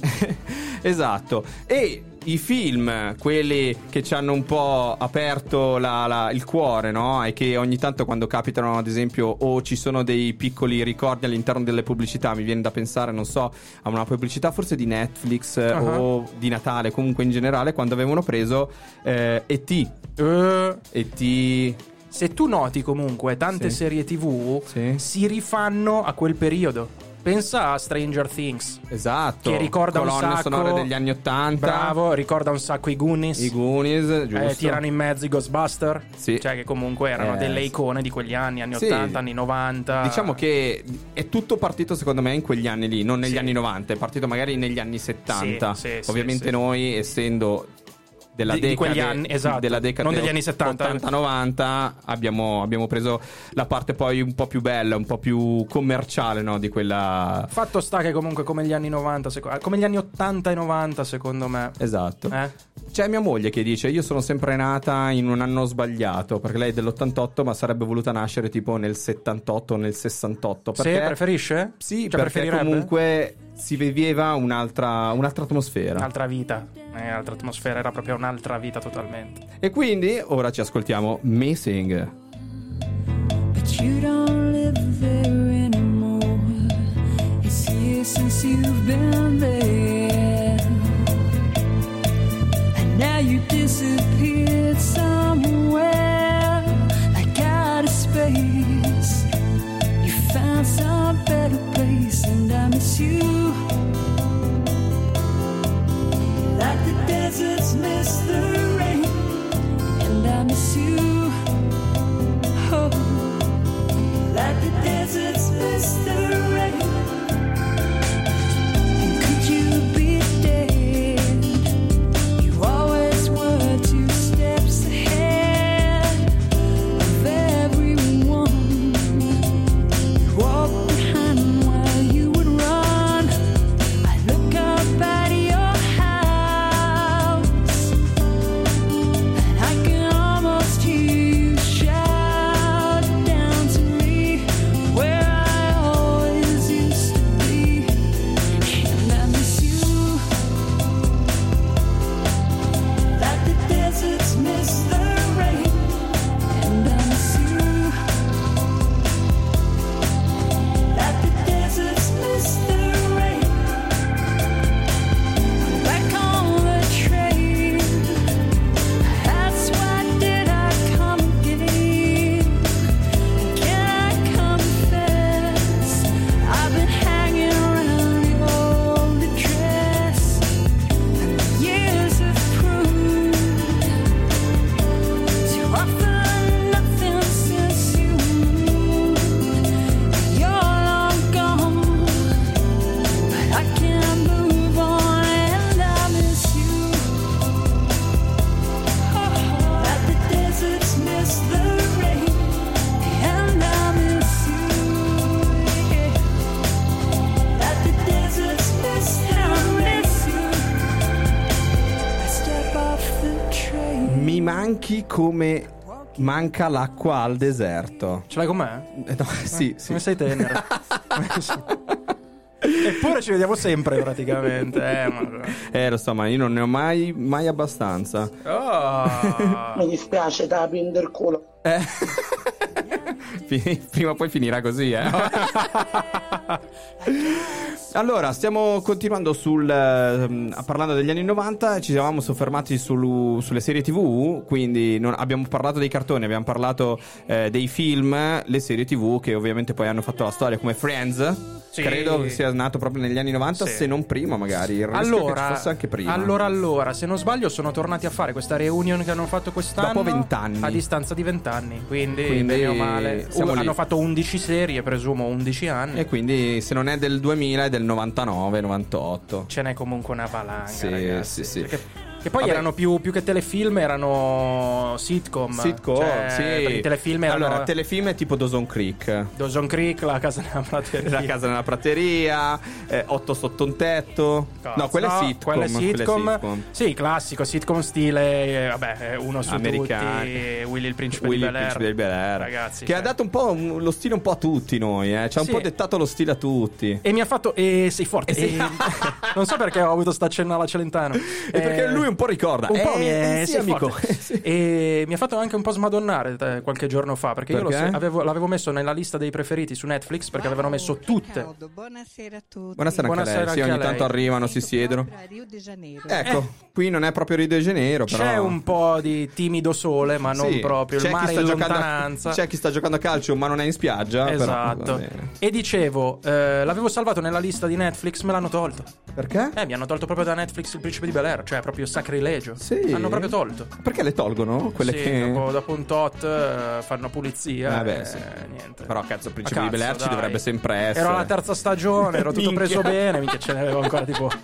Esatto. E i film, quelli che ci hanno un po' aperto la- la- il cuore, no? E che ogni tanto quando capitano, ad esempio, o ci sono dei piccoli ricordi all'interno delle pubblicità, mi viene da pensare, non so, a una pubblicità forse di Netflix eh, Uh-huh. o di Natale, comunque in generale, quando avevano preso eh, E T Eh, E T se tu noti comunque tante Sì. serie tivù Sì. si rifanno a quel periodo. Pensa a Stranger Things, Esatto. che ricorda un colonne sacco sonore degli anni ottanta. Bravo, ricorda un sacco i Goonies. I Goonies, giusto. Eh, tirano in mezzo i Ghostbuster, Sì. cioè che comunque erano Eh, delle sì. icone di quegli anni, anni Sì. ottanta, anni novanta. Diciamo che è tutto partito secondo me in quegli anni lì, non negli Sì. anni novanta, è partito magari negli anni settanta. Sì, sì, Ovviamente sì, sì. noi, essendo della Di- di decade, quegli anni, esatto. della decade Non degli anni settanta. ottanta novanta, abbiamo, abbiamo preso la parte poi un po' più bella, un po' più commerciale, no, di quella. Fatto sta che comunque come gli anni novanta, seco- come gli anni ottanta e novanta secondo me. Esatto. Eh? C'è mia moglie che dice: io sono sempre nata in un anno sbagliato, perché lei è dell'ottantotto ma sarebbe voluta nascere tipo nel settantotto o nel sessantotto. Se Perché... preferisce? Sì, cioè, perché comunque si viveva un'altra, un'altra atmosfera. Un'altra vita, eh, un'altra atmosfera, era proprio un'altra vita totalmente. E quindi ora ci ascoltiamo Missing. But you don't live there anymore. It's years since you've been there. And now you disappeared somewhere, like out of space. You found some better place, and I miss you. Like the deserts miss the rain, and I miss you. Oh, like the deserts miss the rain. And could you be dead? You always were two steps ahead of everyone. You walked behind while you would run. I look up at your house, and I can almost hear you shout down to me where I always used to be. And I miss you, like the deserts miss the rain. And I miss you, like the deserts miss the rain. Back on the train, that's why did I come again? Can I confess, I've been hanging around the old address, and the years have proved to offer nothing since you moved. You're long gone, but I can't move on, and I miss you. Like the deserts miss the rain, and I miss you. Like the deserts miss the rain, I step off the train. Mi manchi come manca l'acqua al deserto. Ce l'hai con me? Eh, no, sì, sì. Come sei tenero. Eppure ci vediamo sempre praticamente. Eh, ma... Eh, lo so, ma io non ne ho mai, mai abbastanza. Oh. Mi dispiace, Tapi, del culo. Eh. Fi- Prima o poi finirà così, eh. Allora, stiamo continuando sul ehm, parlando degli anni novanta. Ci eravamo soffermati sul- sulle serie tivù. Quindi non, abbiamo parlato dei cartoni, abbiamo parlato eh, dei film, le serie tivù che ovviamente poi hanno fatto la storia, come Friends. Sì. Credo che sia nato proprio negli anni novanta, Sì. se non prima magari. Il rischio Allora, che ci fosse anche prima. allora, allora, se non sbaglio, sono tornati a fare questa reunion che hanno fatto quest'anno. Dopo vent'anni. A distanza di vent'anni. Quindi, Quindi bene o male. siamo Uh, lì. hanno fatto undici serie, presumo undici anni. E quindi se non è del duemila è del novantanove novantotto. Ce n'è comunque una valanga, Sì, ragazzi. sì, sì. Perché- Che poi Vabbè. erano più, più che telefilm, erano sitcom. Sitcom, Cioè, sì. per i telefilm erano Allora, telefilm è tipo Dawson Creek. Dawson Creek, La casa nella prateria. La casa nella prateria, eh, Otto sotto un tetto. Cazzo. No, quella è sitcom. Quella è sitcom. quella è sitcom. Sì, classico, sitcom stile, eh, vabbè, eh, uno su Americani. tutti, Willy il principe Willy di il Bel Air. principe di Bel Air. Ragazzi, che cioè. ha dato un po' un- lo stile un po' a tutti noi, eh. Ci ha un Sì. po' dettato lo stile a tutti. E mi ha fatto. E sei forte. Eh sì. E- non so perché ho avuto sta accenno alla Celentano. E perché lui un po' ricorda. Un po' Eh, mi è. eh, sì, sei amico. forte. Eh, sì. E mi ha fatto anche un po' smadonnare eh, qualche giorno fa. Perché, io lo Perché? se- avevo- l'avevo messo nella lista dei preferiti su Netflix. Perché avevano messo tutte. Buonasera a tutti. Buonasera anche a lei. Buonasera Sì, anche ogni a tanto lei. arrivano, si siedono. Rio de Janeiro. Ecco, qui non è proprio Rio de Janeiro, però. C'è un po' di timido sole, ma non Sì. proprio. Il C'è chi mare sta in giocando a- lontananza. C'è chi sta giocando a calcio, ma non è in spiaggia. però va Esatto. bene. E dicevo, eh, l'avevo salvato nella lista di Netflix, me l'hanno tolto. Perché? Eh, mi hanno tolto proprio da Netflix Il principe di Bel Air, cioè proprio sacrilegio. Sì. Hanno proprio tolto. Perché le tolgono? Quelle Sì, che. dopo, dopo un tot eh, fanno pulizia. Vabbè, e sì. niente. Però cazzo, il principe Ma di Bel Air cazzo, ci dai. dovrebbe sempre essere. Ero alla terza stagione, ero tutto Minchia. preso bene, minchia ce ne avevo ancora tipo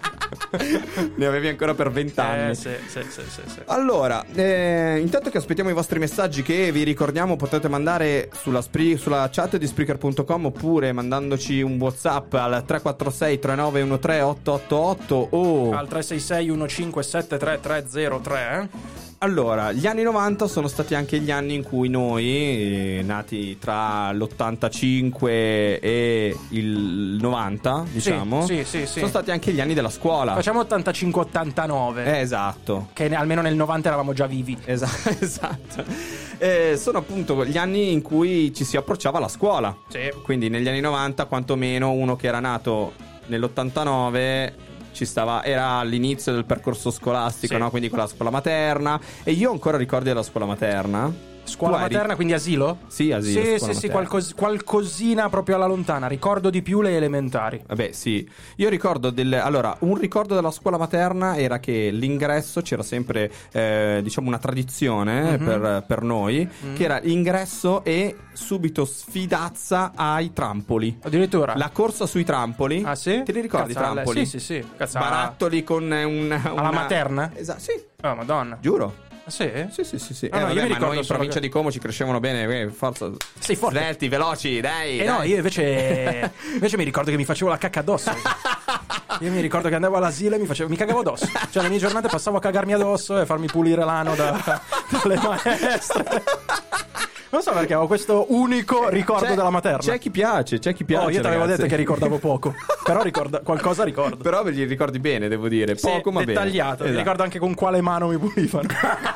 Ne avevi ancora per vent'anni. Eh, sì, sì, sì, sì, sì. Allora, eh, intanto che aspettiamo i vostri messaggi, che vi ricordiamo potete mandare sulla, spri- sulla chat di Spreaker punto com oppure mandandoci un WhatsApp al tre quattro sei tre nove uno tre otto otto otto o al tre sei sei uno cinque sette tre tre zero tre. Allora, gli anni novanta sono stati anche gli anni in cui noi, eh, nati tra l'ottantacinque e il novanta, diciamo, sì, sì, sì, sì. sono stati anche gli anni della scuola. Facciamo ottantacinque ottantanove. Eh, esatto. Che ne- almeno nel novanta eravamo già vivi. Esatto, esatto. Eh, sono appunto gli anni in cui ci si approcciava alla scuola. Sì. Quindi negli anni novanta, quantomeno uno che era nato nell'ottantanove ci stava, era all'inizio del percorso scolastico, Sì. no? Quindi con la scuola materna. E io ho ancora ricordi della scuola materna. Scuola Tu eri- materna, quindi asilo? Sì, asilo. Sì, scuola sì, sì, materna. qualcos- qualcosina proprio alla lontana. Ricordo di più le elementari. Vabbè, sì. Io ricordo del. Allora, un ricordo della scuola materna era che l'ingresso c'era sempre, eh, diciamo, una tradizione Mhm. per, per noi, che era l'ingresso e subito sfidazza ai trampoli. Addirittura. La corsa sui trampoli. Ah, sì? Te li ricordi i Cazzale. trampoli? Sì, sì, sì. Cazzale. Barattoli con una. una... Alla materna? Esatto, sì. Oh, madonna. Giuro. Ah, sì? Sì, sì, sì, sì. Ah, Eh, no, io vabbè, mi ma ricordo noi in solo provincia che- di Como ci crescevano bene, eh, forza. Sì, forte. Svelti, veloci, dai. Eh no, dai. io invece invece mi ricordo che mi facevo la cacca addosso. Io mi ricordo che andavo all'asilo e mi, facevo, mi cagavo addosso. Cioè le mie giornate passavo a cagarmi addosso e a farmi pulire l'ano da, dalle maestre. Non so perché ho questo unico ricordo C'è- della materna. C'è chi piace, c'è chi piace. Oh, io ti avevo ragazzi. detto che ricordavo poco. Però ricorda, qualcosa ricordo. Però ve li ricordi bene, devo dire. Sì, Poco, ma bene. dettagliato. Mi Esatto. ricordo anche con quale mano mi pulivano.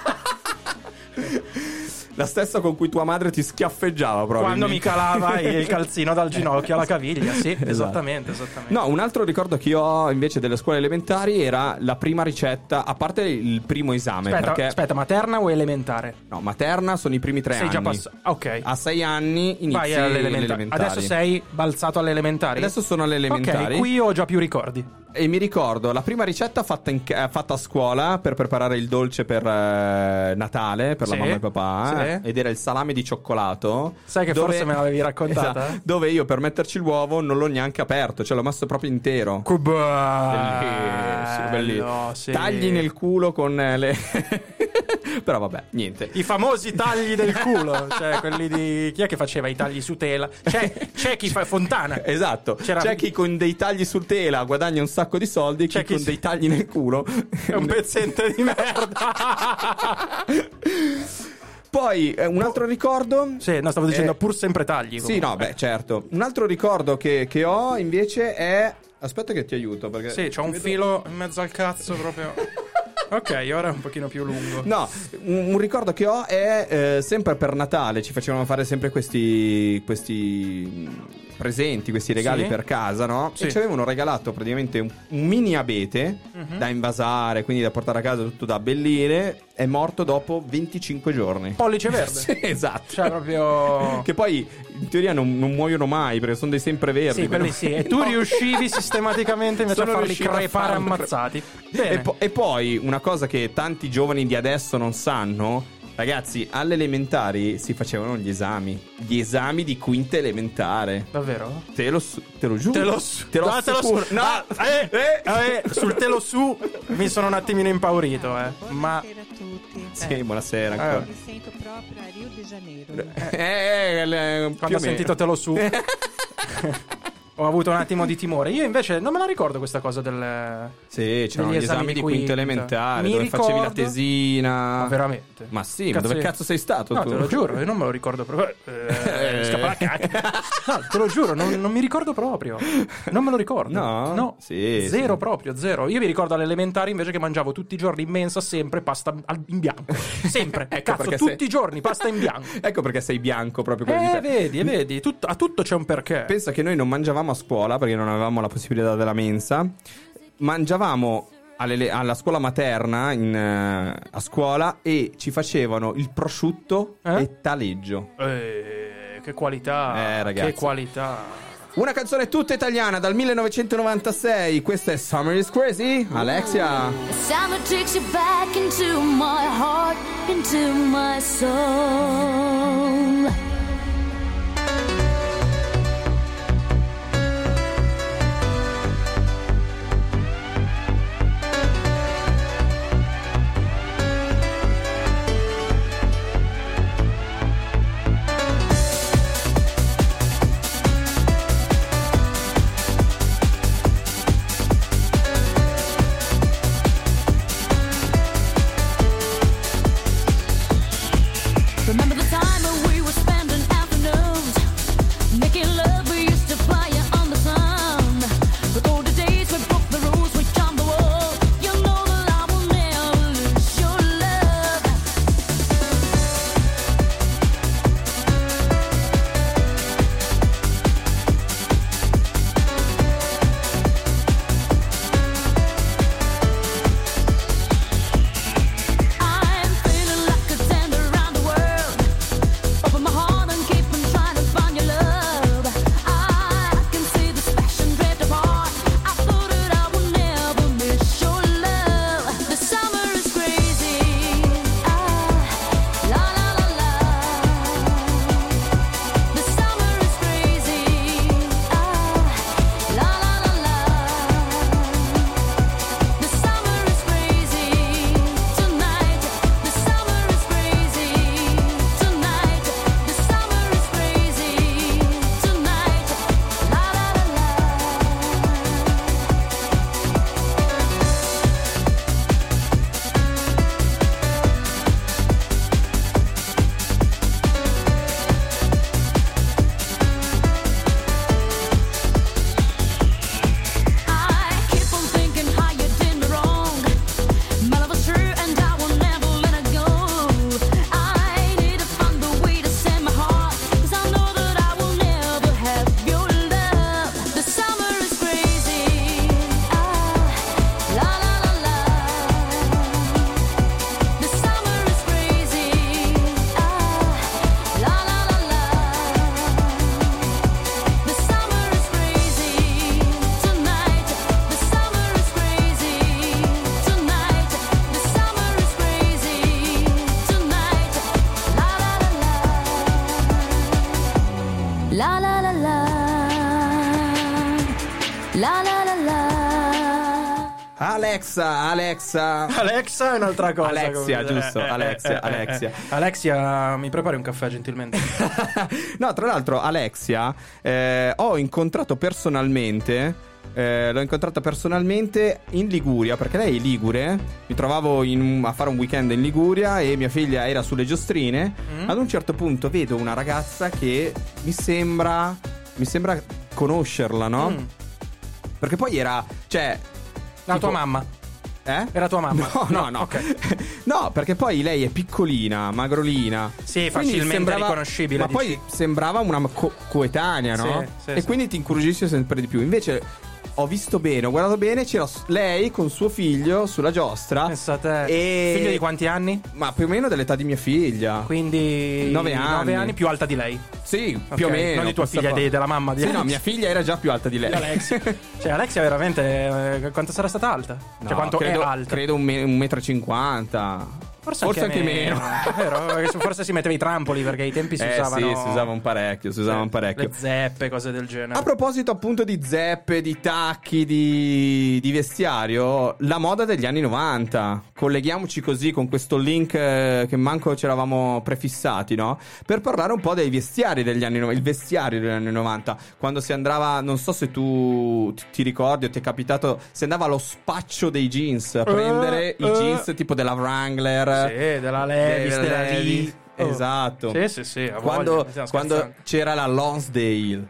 La stessa con cui tua madre ti schiaffeggiava, Quando mi probabilmente. calava il calzino dal ginocchio alla caviglia. Sì, Esatto. esattamente, esattamente. No, un altro ricordo che io ho invece delle scuole elementari era la prima ricetta, a parte il primo esame. Aspetta, perché aspetta, materna o elementare? no, materna sono i primi tre Sei anni. già passato. Ok. A sei anni inizi Vai le all'elementare. elementari. Adesso sei balzato alle elementari? Adesso sono alle elementari. Ok, qui ho già più ricordi. E mi ricordo la prima ricetta fatta, in, eh, fatta a scuola per preparare il dolce per eh, Natale, per Sì, la mamma e papà, sì. eh, ed era il salame di cioccolato. Sai che dove- forse me l'avevi raccontata? Esatto, dove io per metterci l'uovo non l'ho neanche aperto, cioè l'ho messo proprio intero. Che Bellissimo, bellissimo. sì. Tagli nel culo con eh, le... Però vabbè, niente. I famosi tagli del culo, cioè quelli di... Chi è che faceva i tagli su tela? C'è, c'è chi fa Fontana. Esatto. C'era- C'è chi con dei tagli sul tela guadagna un sacco di soldi, chi C'è chi con si- dei tagli nel culo È un pezzente di merda. Poi eh, un altro ricordo. Sì, no, stavo dicendo Eh, pur sempre tagli. Sì, no, beh, certo. Un altro ricordo che, che ho invece è. Aspetta che ti aiuto perché. Sì, c'ho un vedo- filo in mezzo al cazzo proprio. Ok, ora è un pochino più lungo. No, un, un ricordo che ho è eh, sempre per Natale ci facevano fare sempre questi questi mh, presenti, questi regali Sì. per casa, no? Sì. E ci avevano regalato praticamente un, un mini abete Mhm. da invasare, quindi da portare a casa, tutto da abbellire. È morto dopo venticinque giorni. Pollice verde. Sì, esatto. Cioè proprio... Che poi in teoria non, non muoiono mai perché sono dei sempreverdi. Sì, quelli sì. E tu No. riuscivi sistematicamente invece Sono a farli riuscito a crepare farlo cre- ammazzati. E, Bene. po- e poi una cosa che tanti giovani di adesso non sanno. Ragazzi, alle elementari si facevano gli esami. Gli esami di quinta elementare. Davvero? Te lo, su- te lo giuro. Te lo su- Te lo Ah, te lo assicuro. su- No, Ah, eh, eh, sul te lo su mi sono un attimino impaurito, eh. Ma Buonasera a tutti. Sì, buonasera Eh. ancora. Mi sento proprio a Rio de Janeiro. Eh, eh, le- più quando o ho meno. sentito te lo su ho avuto un attimo di timore. Io invece non me la ricordo questa cosa del... Sì, c'erano degli gli esami di quinta quinta. elementare Mi dove facevi la ricordo- tesina. Ma veramente? Ma sì, ma Cazzo dove di- cazzo sei stato No, tu? te lo giuro, io non me lo ricordo proprio. Eh, Eh. scappa la cacca. No, te lo giuro, non, non mi ricordo proprio. Non me lo ricordo. No? No. Sì, Zero sì. proprio, zero. Io mi ricordo alle elementari invece che mangiavo tutti i giorni in mensa sempre pasta al- in bianco. Sempre. Ecco Cazzo, perché tutti sei- i giorni pasta in bianco. Ecco perché sei bianco proprio quello di Eh, te. vedi, eh, vedi, tutto- a tutto c'è un perché. Pensa che noi non mangiavamo a scuola perché non avevamo la possibilità della mensa. Mangiavamo alle- alla scuola materna in, eh, a scuola e ci facevano il prosciutto Eh? e taleggio. Eh, che qualità. Eh, ragazzi. Che qualità. Una canzone tutta italiana dal millenovecentonovantasei. Questa è Summer is Crazy. Alexia. Summer takes you back into my heart, into my soul. La la la la. Alexa, Alexa. Alexa è un'altra cosa. Alexia, come- giusto, eh, eh, Alexia, eh, eh, Alexia. eh. Alexia, mi prepari un caffè gentilmente? No, tra l'altro Alexia eh, ho incontrato personalmente eh, l'ho incontrata personalmente in Liguria, perché lei è ligure. Mi trovavo in un- a fare un weekend in Liguria e mia figlia era sulle giostrine. Mm. Ad un certo punto vedo una ragazza che mi sembra mi sembra conoscerla, no? Mm. Perché poi era, cioè, La tipo- tua mamma. Eh? Era tua mamma? No, no, no. Ok. No, perché poi lei è piccolina, magrolina. Sì, Quindi facilmente riconoscibile, Ma dici. poi sembrava una co- coetanea, no? Sì, sì, e sì. quindi ti incuriosisce sempre di più. Invece ho visto bene, ho guardato bene, c'era s- lei con suo figlio sulla giostra. Pensa a te. E... Figlio di quanti anni? Ma più o meno dell'età di mia figlia. Quindi Nove anni. nove anni più alta di lei. Sì, più o Ok, meno. non di tua questa figlia, qua. di- della mamma di Sì, no, Alexia. mia figlia era già più alta di lei. Di Alexia. Cioè Alexia veramente eh, quanto sarà stata alta? No, Cioè quanto credo, è alta? Credo un, me- un metro e cinquanta. Forse, Forse anche meno. È vero, perché forse si metteva i trampoli perché ai tempi si Eh usavano. sì, si usava un parecchio, si usava un parecchio. Le zeppe, cose del genere. A proposito appunto di zeppe, di tacchi, di, di vestiario, la moda degli anni novanta. Colleghiamoci così con questo link eh, che manco ci eravamo prefissati, no? Per parlare un po' dei vestiari degli anni novanta, il vestiario degli anni novanta. Quando si andava, non so se tu ti, ti ricordi o ti è capitato, si andava allo spaccio dei jeans a prendere uh, i jeans tipo della Wrangler. Sì, della Levi's, della della Levi's. Lee. Oh. Esatto. Sì, sì, sì. a Quando, voglia, stiamo quando scherzando. c'era la Lonsdale.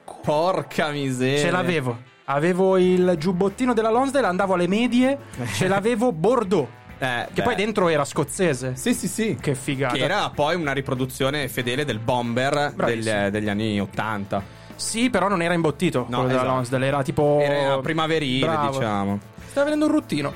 Porca miseria. Ce l'avevo. Avevo il giubbottino della Lonsdale, andavo alle medie, ce l'avevo Bordeaux. Eh, Che beh. poi dentro era scozzese. Sì, sì, sì. Che figata. Che era poi una riproduzione fedele del bomber Bravissimo. degli, degli anni ottanta. Sì, però non era imbottito No, quello della esatto. Lonsdale, era tipo Era primaverile, Bravo. diciamo. Stava venendo un ruttino.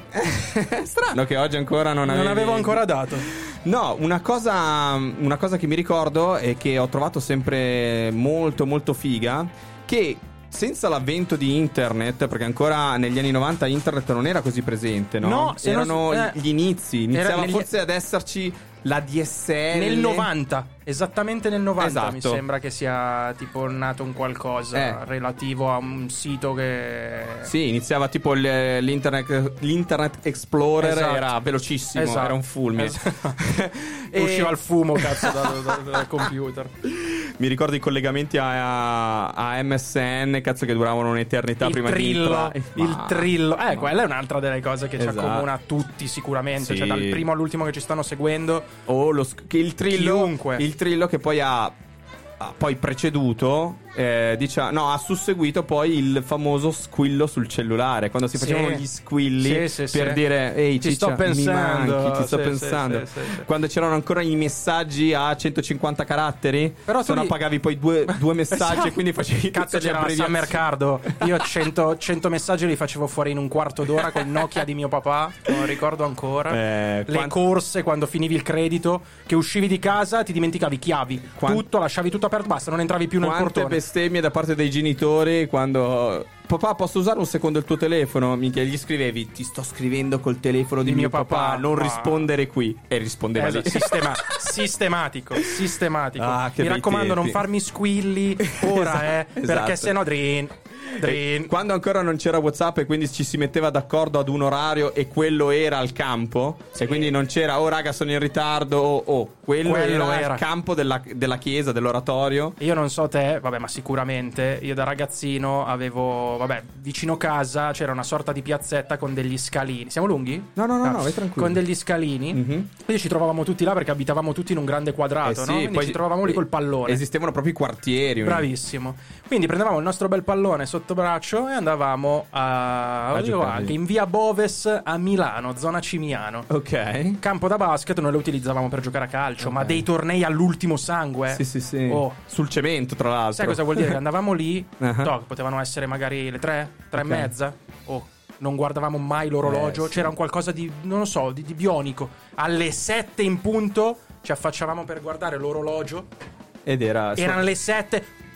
Strano che oggi ancora non Non avevi... avevo ancora dato. No, una cosa, una cosa che mi ricordo e che ho trovato sempre molto molto figa, che senza l'avvento di internet, perché ancora negli anni novanta internet non era così presente, no? No, se erano non- eh, gli inizi, iniziava negli- forse ad esserci la D S L. Nel novanta, esattamente nel novanta mi Esatto. sembra che sia tipo nato un qualcosa Eh. relativo a un sito che... Sì, iniziava tipo il- l'internet, l'internet Explorer, Esatto. era velocissimo, Esatto. era un fulmine. Esatto. E- Usciva il fumo, cazzo, dal, dal- dal computer. Mi ricordo i collegamenti a, a M S N, cazzo, che duravano un'eternità Il prima trillo, di entrare. il Ma- trillo. Eh, quella è un'altra delle cose che ci Esatto. accomuna tutti sicuramente. Sì. Cioè, dal primo all'ultimo che ci stanno seguendo. O lo sc- che il trillo, Chiunque. il trillo che poi ha, ha poi preceduto, eh, diciamo, no, ha susseguito poi il famoso squillo sul cellulare, quando si Sì. facevano gli squilli Sì, sì, per sì. dire ehi Ti ciccia, sto pensando." mi manchi, ti sto Sì, sì, pensando. sì, sì, sì. Quando c'erano ancora i messaggi a centocinquanta caratteri, Però tu se no li- pagavi poi due, due messaggi Esatto. e quindi facevi Cazzo, tutte le c'era la abbreviazioni. Summer Cardo. Io cento, cento messaggi li facevo fuori in un quarto d'ora col Nokia di mio papà. Non ricordo ancora. Eh, Le quant- corse quando finivi il credito, che uscivi di casa, ti dimenticavi chiavi, Quan- tutto, lasciavi tutto aperto, basta, non entravi più nel Quante portone. bestemmie da parte dei genitori quando papà, posso usare un secondo il tuo telefono? Minchia, gli scrivevi ti sto scrivendo col telefono di, Di mio mio papà, papà, non ma- rispondere qui. E rispondeva Esatto, lì. sistema- sistematico, sistematico. Ah, che Mi bei raccomando, non tempi. farmi squilli ora, eh, Esatto. perché sennò drin, drin. E quando ancora non c'era WhatsApp e quindi ci si metteva d'accordo ad un orario e quello era al campo, e quindi non c'era oh raga sono in ritardo o oh, quello, Quello era, era. il campo della, della chiesa, dell'oratorio. Io non so te, vabbè, ma sicuramente io da ragazzino avevo, vabbè, vicino casa c'era una sorta di piazzetta con degli scalini. Siamo lunghi? No, no, no, Ah, no, vai tranquillo. Con degli scalini. Mhm. Quindi ci trovavamo tutti là perché abitavamo tutti in un grande quadrato, Eh sì, no? Quindi poi ci trovavamo lì col pallone. Esistevano proprio i quartieri. Bravissimo. Quindi prendevamo il nostro bel pallone sotto braccio e andavamo a, A dico, giocare. anche in via Boves a Milano, zona Cimiano. Ok. Campo da basket noi lo utilizzavamo per giocare a calcio, ma dei tornei all'ultimo sangue. Sì, sì, sì. Oh. Sul cemento, tra l'altro. Sai cosa vuol dire? Che andavamo lì, Uh-huh. toh, potevano essere magari le tre, tre Ok. e mezza. Oh, non guardavamo mai l'orologio. Eh, sì. C'era un qualcosa di, non lo so, di, di bionico. Alle sette in punto ci affacciavamo per guardare l'orologio. Ed era Erano le sette.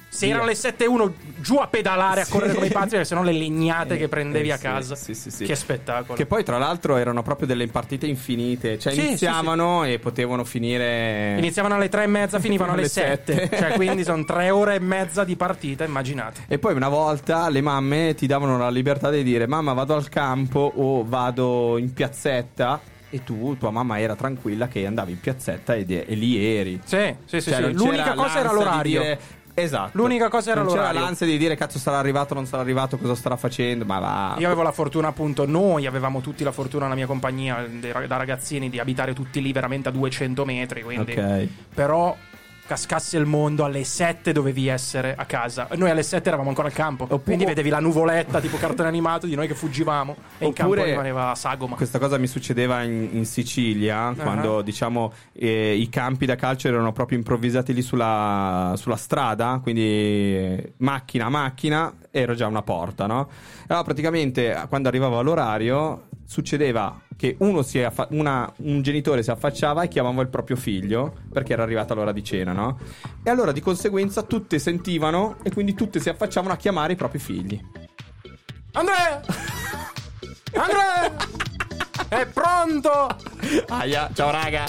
Se via. erano le sette e uno, giù a pedalare, a Sì. correre come i pazzi, perché sennò le legnate Eh, che prendevi eh, a casa. sì, sì, sì. Che spettacolo. Che poi tra l'altro erano proprio delle partite infinite, cioè Sì, iniziavano e potevano finire Iniziavano alle tre e mezza, finivano alle alle sette. sette. Cioè, quindi sono tre ore e mezza di partita, immaginate. E poi una volta le mamme ti davano la libertà di dire mamma vado al campo o vado in piazzetta, e tu, tua mamma era tranquilla che andavi in piazzetta ed, e lì eri. Sì, sì, sì, Cioè, sì. non L'unica c'era cosa era l'ansia di l'orario. dire- Esatto. L'unica cosa era non l'orario. c'era l'ansia di dire cazzo sarà arrivato, non sarà arrivato, cosa starà facendo, ma va. Io avevo la fortuna, appunto, noi avevamo tutti la fortuna nella mia compagnia de- da ragazzini di abitare tutti lì veramente a duecento metri, quindi Ok. però cascasse il mondo alle sette dovevi essere a casa. Noi alle sette eravamo ancora al campo, quindi vedevi la nuvoletta tipo cartone animato di noi che fuggivamo e in campo Oppure- rimaneva sagoma. Questa cosa mi succedeva in, in Sicilia, quando diciamo eh, i campi da calcio erano proprio improvvisati lì sulla, sulla strada, quindi eh, macchina a macchina, ero già a una porta, no? Allora praticamente quando arrivavo all'orario succedeva che uno si affa- una, un genitore si affacciava e chiamava il proprio figlio perché era arrivata l'ora di cena, no? E allora di conseguenza tutte sentivano e quindi tutte si affacciavano a chiamare i propri figli. Andrea! Andrea! È pronto! Aia, ciao raga!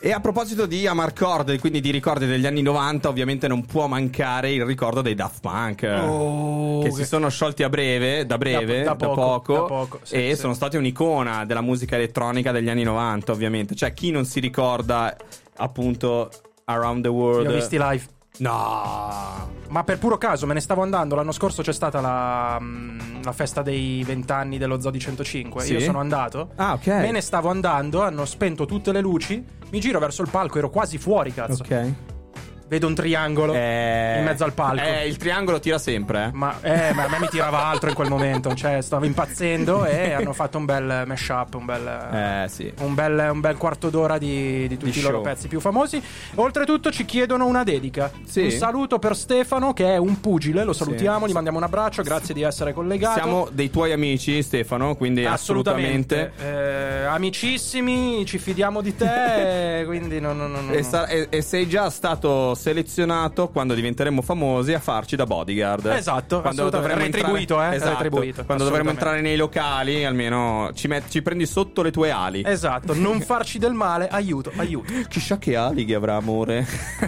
E a proposito di Amarcord, quindi di ricordi degli anni novanta, ovviamente non può mancare il ricordo dei Daft Punk, Oh, che che- si sono sciolti a breve, da breve, Da- da, da poco, poco, da poco, sì, e sì. sono stati un'icona della musica elettronica degli anni novanta, ovviamente. Cioè, chi non si ricorda appunto Around the World? Li ho visti live. No, Ma per puro caso me ne stavo andando. L'anno scorso c'è stata la, mh, la festa dei vent'anni dello Zoo di centocinque. Sì? Io sono andato. Ah, ok. Me ne stavo andando, hanno spento tutte le luci. Mi giro verso il palco, ero quasi fuori, cazzo. ok. Vedo un triangolo Eh, in mezzo al palco. Eh, il triangolo tira sempre, eh. Ma, eh, ma a me mi tirava altro in quel momento. Cioè, stavo impazzendo e hanno fatto un bel mashup, un bel. Eh, sì. Un bel, un bel quarto d'ora di, di tutti Di i loro show. pezzi più famosi. Oltretutto ci chiedono una dedica. Sì. Un saluto per Stefano, che è un pugile. Lo salutiamo, Sì. gli mandiamo un abbraccio. Grazie di essere collegato. Siamo dei tuoi amici, Stefano, quindi assolutamente. Eh, amicissimi, ci fidiamo di te. quindi no, no, no, no. E, sa- e- e sei già stato selezionato quando diventeremo famosi a farci da bodyguard. Esatto, quando assolutamente. Retribuito, entrare, eh, esatto, retribuito, quando dovremo assolutamente. entrare nei locali, almeno ci, met- ci prendi sotto le tue ali. Esatto, non farci del male. Aiuto, aiuto. Chissà che ali che avrà, amore.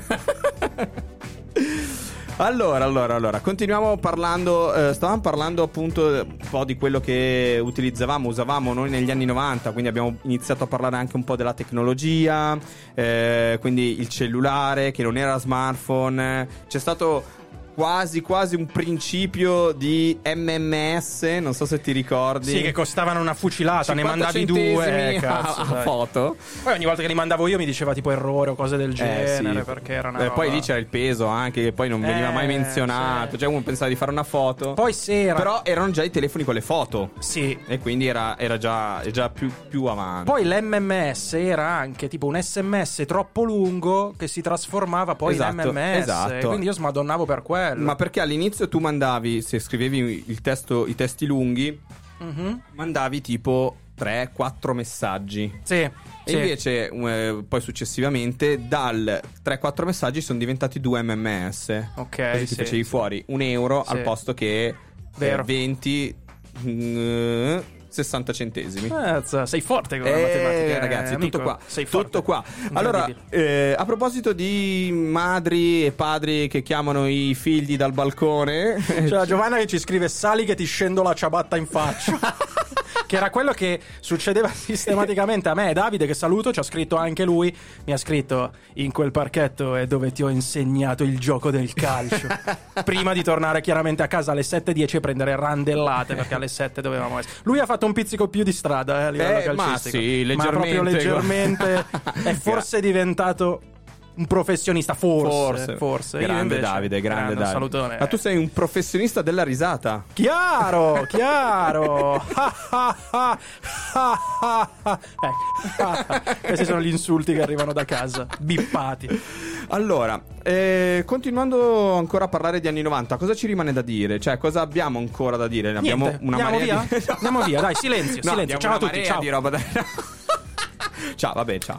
Allora, allora, allora, continuiamo parlando, eh, stavamo parlando appunto un po' di quello che utilizzavamo, usavamo noi negli anni novanta, quindi abbiamo iniziato a parlare anche un po' della tecnologia, eh, quindi il cellulare che non era smartphone, c'è stato quasi quasi un principio di M M S, non so se ti ricordi. Sì, che costavano una fucilata, ne cinquanta mandavi centesimi due. Eh, a, cazzo, a dai. foto. Poi ogni volta che li mandavo io mi diceva tipo errore o cose del Eh, genere, sì. perché era una Eh, roba- poi lì c'era il peso anche, che poi non veniva Eh, mai menzionato. sì. Cioè uno pensava di fare una foto. Poi se era Però erano già i telefoni con le foto. Sì. E quindi era, era già, è già più, più avanti. Poi l'M M S era anche tipo un S M S troppo lungo che si trasformava poi Esatto, in M M S. esatto. Quindi io smadonnavo per quello. Ma perché all'inizio tu mandavi, se scrivevi il testo, i testi lunghi, Mhm. mandavi tipo tre quattro messaggi. Sì. E sì. invece eh, poi successivamente dal tre quattro messaggi sono diventati due M M S. Ok, Così ti sì, facevi sì. fuori un euro Sì. al posto che Vero. eh, venti mm, sessanta centesimi. Cazzo, sei forte con la Eh, matematica, ragazzi, amico. tutto qua. Sei forte. Tutto qua. Allora, eh, a proposito di madri e padri che chiamano i figli dal balcone, C'è la Giovanna che ci scrive: sali che ti scendo la ciabatta in faccia. Che era quello che succedeva sistematicamente a me. Davide, che saluto, ci ha scritto anche lui. Mi ha scritto: in quel parchetto è dove ti ho insegnato il gioco del calcio. Prima di tornare chiaramente a casa alle sette e dieci e prendere randellate, perché alle sette dovevamo essere. Lui ha fatto un pizzico più di strada eh, a livello Eh, ma calcistico. sì, Ma proprio leggermente. leggermente. È forse diventato un professionista, forse. forse, forse. Io grande invece- Davide, grande un Davide. salutone. Ma tu sei un professionista della risata. Chiaro, chiaro. Ecco. Questi sono gli insulti che arrivano da casa, bippati. Allora, eh, continuando ancora a parlare di anni novanta, cosa ci rimane da dire? Cioè, cosa abbiamo ancora da dire? Ne abbiamo Niente, una andiamo marea via? di... Andiamo via, dai, silenzio, No, silenzio. abbiamo Ciao a una tutti, marea ciao. di roba da... Ciao, vabbè, ciao.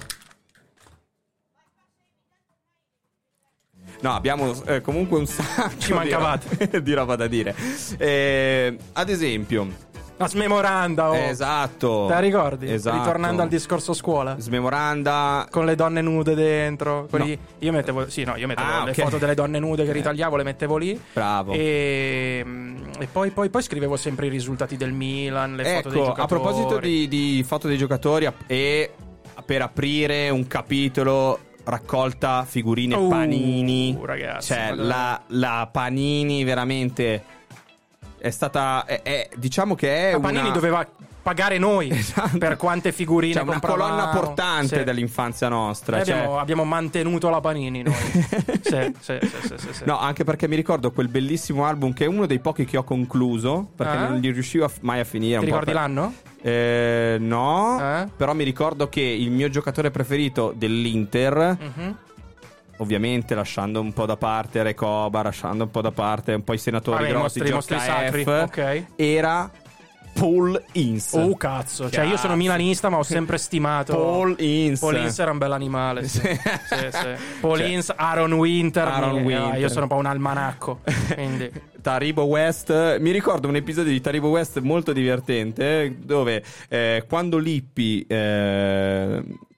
No, abbiamo eh, comunque un sacco Ci mancavate. di, di roba da dire. Eh, ad esempio, La smemoranda, oh. esatto. Te la ricordi? Esatto. Ritornando al discorso scuola. Smemoranda. Con le donne nude dentro. Quelli- No. Io mettevo, sì, no, io mettevo Ah, le ok. foto delle donne nude che ritagliavo, le mettevo lì. Bravo. E, e poi, poi, poi scrivevo sempre i risultati del Milan, le foto dei Ecco, giocatori. a proposito di, di foto dei giocatori ap- e per aprire un capitolo raccolta figurine Uh, Panini, ragazzi, cioè madonna. la, la Panini veramente è stata è, è- diciamo che è Ma Panini una, doveva pagare noi Esatto. per quante figurine cioè una compravamo. colonna portante Sì. dell'infanzia nostra, Noi cioè- abbiamo, abbiamo mantenuto la Panini noi. sì, sì, sì, sì, sì, sì. No, anche perché mi ricordo quel bellissimo album che è uno dei pochi che ho concluso, perché Ah? non li riuscivo a f- mai a finire. Ti un po' ricordi per- l'anno? Eh, no, Eh? però mi ricordo che il mio giocatore preferito dell'Inter, Mhm. ovviamente lasciando un po' da parte Recoba, lasciando un po' da parte un po' i senatori Vabbè, i grossi, mostri- i mostri Gioca sacri, F, ok. era Paul Ince. Oh cazzo, cioè io sono Cazzo. milanista ma ho sempre stimato Paul Ince. Paul Ince era un bell'animale, sì. Sì. Sì, sì. Paul Cioè, Ince, Aaron Winter, Aaron mi- Winter. ah, io sono un po' un almanacco, quindi Taribo West, mi ricordo un episodio di Taribo West molto divertente dove eh, quando Lippi eh,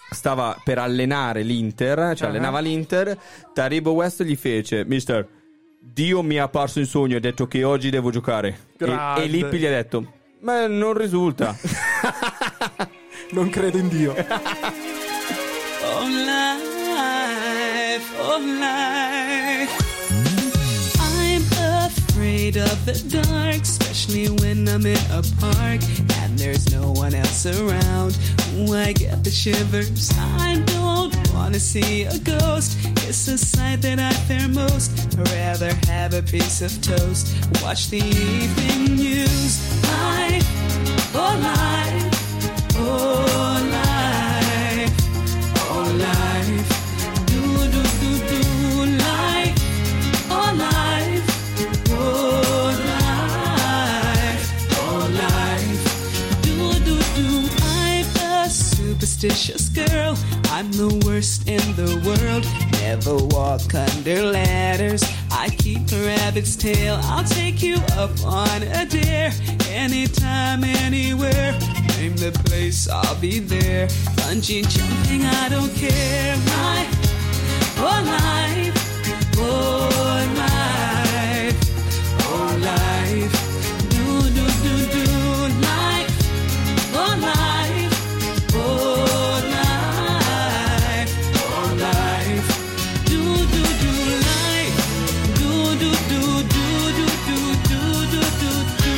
stava per allenare l'Inter, cioè uh-huh. allenava l'Inter, Taribo West gli fece: Mister, Dio mi è apparso in sogno e ha detto che oggi devo giocare. E, e Lippi gli ha detto: ma non risulta. Non credo in Dio. Oh life, oh life, I'm afraid of the dark, especially when I'm in a park and there's no one else around. Ooh, I get the shivers. I don't wanna see a ghost. It's a sight that I fear most. I'd rather have a piece of toast, watch the evening news. Life, oh life, oh life, oh life, do do do do life, oh life, oh life, oh life, do do do. I'm a superstitious girl, I'm the worst in the world. Never walk under ladders, I keep a rabbit's tail. I'll take you up on a dare, anytime, anywhere. Name the place, I'll be there. Bungee jumping, I don't care. Life, oh life, oh life, oh life, do do do do life, oh life, oh life, oh life, do do do life, do do do do do do do do do do.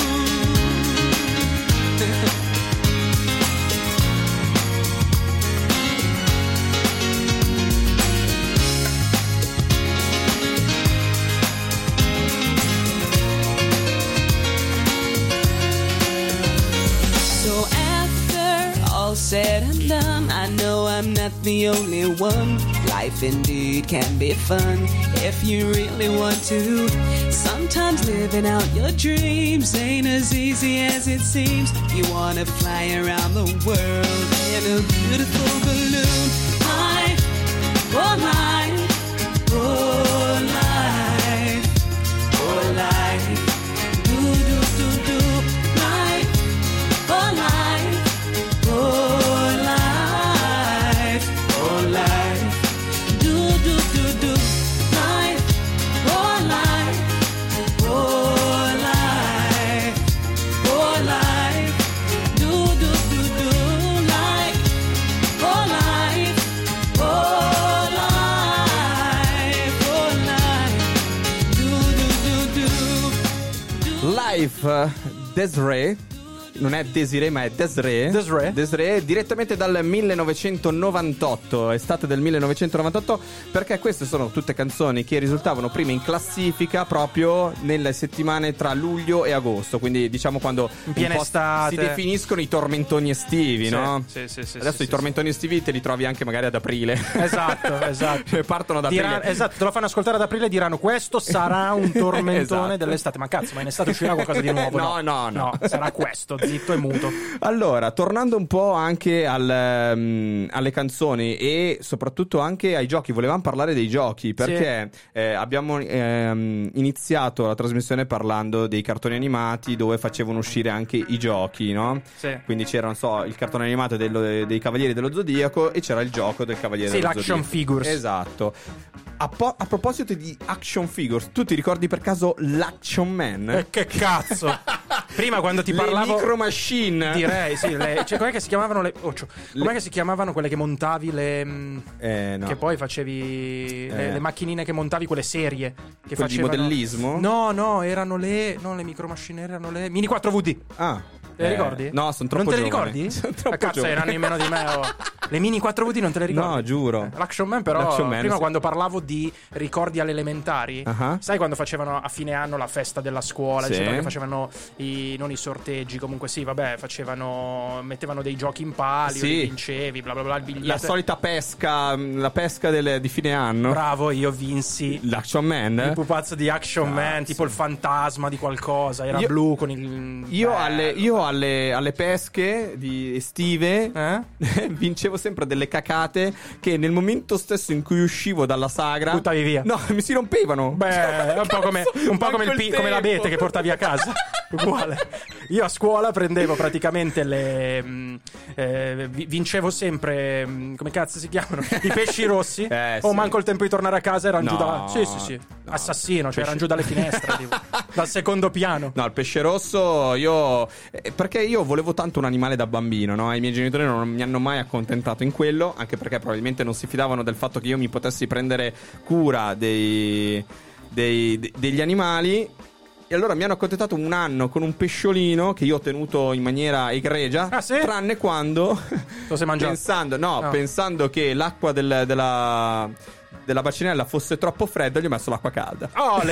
So after all said and done, I know I'm not the only one. Life indeed can be fun if you really want to. Sometimes living out your dreams ain't as easy as it seems. You wanna fly around the world in a beautiful balloon. Life, oh life, oh life, oh life, do do do do life, oh life, oh life, oh life, do do do do life, oh life, oh life, oh life, do do do do life, oh life, oh life, oh life, do do do do. Life, Desiree. Non è Desiree, ma è Desiree. Desiree. Desiree, direttamente dal millenovecentonovantotto, estate del millenovecentonovantotto, perché queste sono tutte canzoni che risultavano prima in classifica proprio nelle settimane tra luglio e agosto, quindi diciamo quando in piena un po' estate si definiscono i tormentoni estivi, sì, no? Sì, sì, sì, Adesso sì, i sì, tormentoni estivi te li trovi anche magari ad aprile. Esatto, esatto. Cioè, partono ad aprile. Diranno, esatto, te lo fanno ascoltare ad aprile e diranno: questo sarà un tormentone Esatto. dell'estate. Ma cazzo, ma in estate uscirà qualcosa di nuovo? No, no, no. No, sarà questo, zitto e muto. Allora, tornando un po' anche al, um, alle canzoni e soprattutto anche ai giochi, volevamo parlare dei giochi perché sì. eh, abbiamo ehm, iniziato la trasmissione parlando dei cartoni animati dove facevano uscire anche i giochi, no? Sì. Quindi c'era, non so, il cartone animato dello, dei Cavalieri dello Zodiaco e c'era il gioco del Cavaliere sì, dello l'action Zodiaco. figures. Esatto. A, po- a proposito di action figures, tu ti ricordi per caso l'Action Man? Eh, che cazzo? Prima quando ti le parlavo Micro Machine. Direi, sì, le, cioè, com'è che si chiamavano le oh, cioè, com'è Le- che si chiamavano quelle che montavi le mh, Eh, no. che poi facevi le, Eh. le macchinine che montavi, quelle serie che Quelli di facevano modellismo? No, no, erano le non le Micro Machine, erano le Mini quattro V D. Ah. Te le Eh, ricordi? no, sono troppo Non te le giovane. ricordi? Sono troppo Ah, cazzo, giovane. erano in meno di me. Oh. Le Mini quattro V D non te le ricordi? No, giuro. Eh, L'Action Man però L'Action Man, prima sì. quando parlavo di ricordi alle elementari, Uh-huh. sai quando facevano a fine anno la festa della scuola, Sì. dicevano che facevano i non i sorteggi, comunque sì, vabbè, facevano mettevano dei giochi in palio, Sì. li vincevi, bla bla bla, il biglietto. La solita pesca, la pesca delle- di fine anno. Bravo, io vinsi L'Action Man. il pupazzo di Action Cazzo. Man, tipo il fantasma di qualcosa, era Io- blu con il Io, bello. alle, io alle, alle pesche di estive Eh? vincevo sempre delle cacate che nel momento stesso in cui uscivo dalla sagra Buttavi via. No, mi si rompevano. Beh, è un po' come, un po' come, il Manco pi- come tempo. l'abete che portavi a casa. Uguale. Io a scuola prendevo praticamente le mh, eh, vi- vincevo sempre mh, come cazzo si chiamano? I pesci rossi. Eh, O sì. manco il tempo di tornare a casa erano No, giù da Sì, sì, sì. no. Assassino, cioè Pesci- erano giù dalle finestre, tipo, dal secondo piano. No, il pesce rosso io... eh, Perché io volevo tanto un animale da bambino, no? I miei genitori non mi hanno mai accontentato in quello, anche perché probabilmente non si fidavano del fatto che io mi potessi prendere cura dei, dei- de- degli animali. E allora mi hanno accontentato un anno con un pesciolino che io ho tenuto in maniera egregia, Ah, sì? tranne quando Lo sei mangiato? pensando, no, No. pensando che l'acqua del- della, della bacinella fosse troppo fredda, gli ho messo l'acqua calda.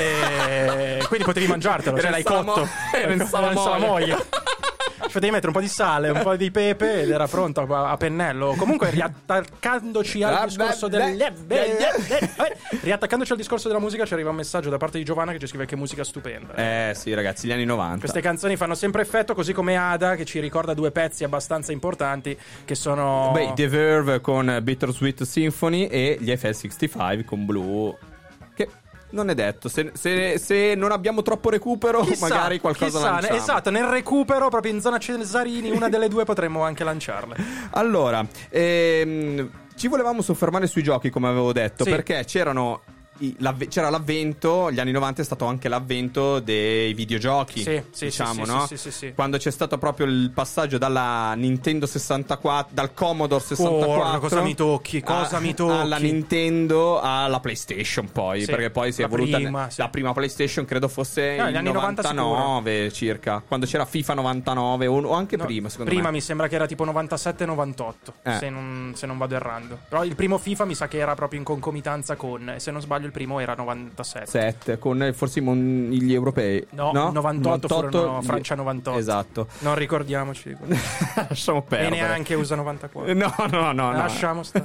Ole! Quindi potevi mangiartelo, Era cioè l'hai in salamo- cotto. era in salamoia. salamoia. Ci potevi mettere un po' di sale, un po' di pepe ed era pronto a, a pennello. Comunque, riattaccandoci al Ah, discorso beh, del... beh, Riattaccandoci al discorso della musica, ci arriva un messaggio da parte di Giovanna che ci scrive che musica stupenda. Eh sì, ragazzi, gli anni novanta. Queste canzoni fanno sempre effetto, così come Ada, che ci ricorda due pezzi abbastanza importanti, che sono... Beh, The Verve con Bittersweet Symphony e gli F L sessantacinque con Blue. Che non è detto. Se, se- se non abbiamo troppo recupero, Chissà, magari qualcosa chissà, lanciamo. esatto, nel recupero, proprio in zona Cesarini, una delle due potremmo anche lanciarle. Allora, ehm, ci volevamo soffermare sui giochi, come avevo detto, Sì. perché c'erano. i- l'avve- c'era l'avvento, gli anni novanta è stato anche l'avvento dei videogiochi, Sì, sì, diciamo, sì, no? sì, sì, sì, sì. Quando c'è stato proprio il passaggio dalla Nintendo sessantaquattro, dal Commodore sessantaquattro, Porca, cosa mi tocchi, cosa a- mi tocchi. alla Nintendo, alla PlayStation poi, Sì, perché poi si è la evoluta prima, sì. la prima PlayStation, credo fosse No, negli il anni novanta novantanove circa, quando c'era FIFA novantanove o, o anche No, prima, secondo prima me. mi sembra che era tipo novantasette novantotto, Eh. se, non, se non vado errando. Però il primo FIFA mi sa che era proprio in concomitanza con, e se non sbaglio il primo era novantasette. sette con eh, forse i mon- gli europei. No, novantotto furono gli- Francia novantotto. Esatto. Non ricordiamoci di quello. Lasciamo E perdere. neanche U S A novantaquattro. No, no, no, no. Lasciamo stare.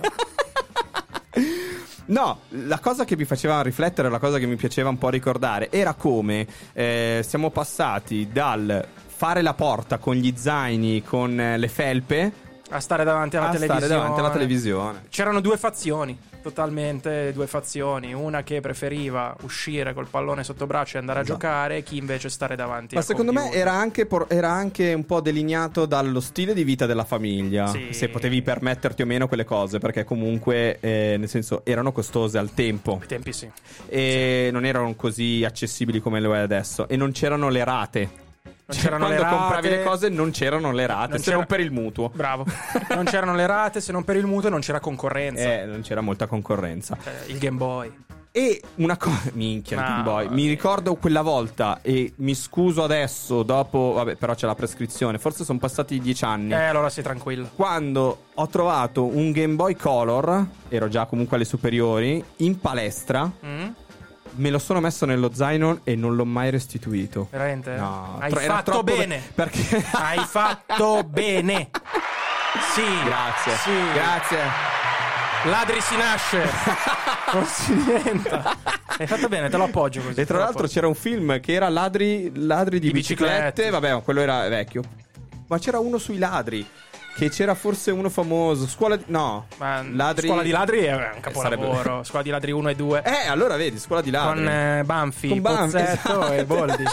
No, la cosa che mi faceva riflettere, la cosa che mi piaceva un po' ricordare, era come eh, siamo passati dal fare la porta con gli zaini, con eh, le felpe, A stare davanti alla a televisione. stare davanti alla televisione. C'erano due fazioni, totalmente due fazioni. Una che preferiva uscire col pallone sotto braccio e andare a giocare, e chi invece stare davanti Ma al secondo me computer. era anche, por- era anche un po' delineato dallo stile di vita della famiglia, Sì. se potevi permetterti o meno quelle cose, perché comunque, eh, nel senso, erano costose al tempo. Ai tempi sì. E non erano così accessibili come lo è adesso. E non c'erano le rate. Non Cioè, c'erano quando le rate. compravi le cose non c'erano le rate, Non se c'era- non per il mutuo. Bravo. Non c'erano le rate, se non per il mutuo non c'era concorrenza. Eh, non c'era molta concorrenza. Cioè, il Game Boy. E una cosa, minchia, il No, Game Boy. vabbè. Mi ricordo quella volta, e mi scuso adesso, dopo, vabbè, però c'è la prescrizione, forse sono passati dieci anni. Eh, allora sei tranquillo. Quando ho trovato un Game Boy Color, ero già comunque alle superiori, in palestra, Mm? me lo sono messo nello zaino e non l'ho mai restituito. Veramente? No, Hai tro- era fatto troppo bene. Perché Hai fatto bene. Sì. Grazie. Sì. Grazie. Ladri si nasce. Non si diventa. Hai fatto bene, te lo appoggio così. E tra te lo l'altro appoggio. c'era un film che era ladri, ladri di, Di biciclette. biciclette. Vabbè, quello era vecchio. Ma c'era uno sui ladri. Che c'era forse uno famoso. Scuola di. No. Ma ladri. Scuola di ladri è un capolavoro. sarebbe- Scuola di ladri uno e due. Eh, allora vedi, scuola di ladri. Con eh, Banfi, Con Banfi, Pozzetto esatto. e Boldi.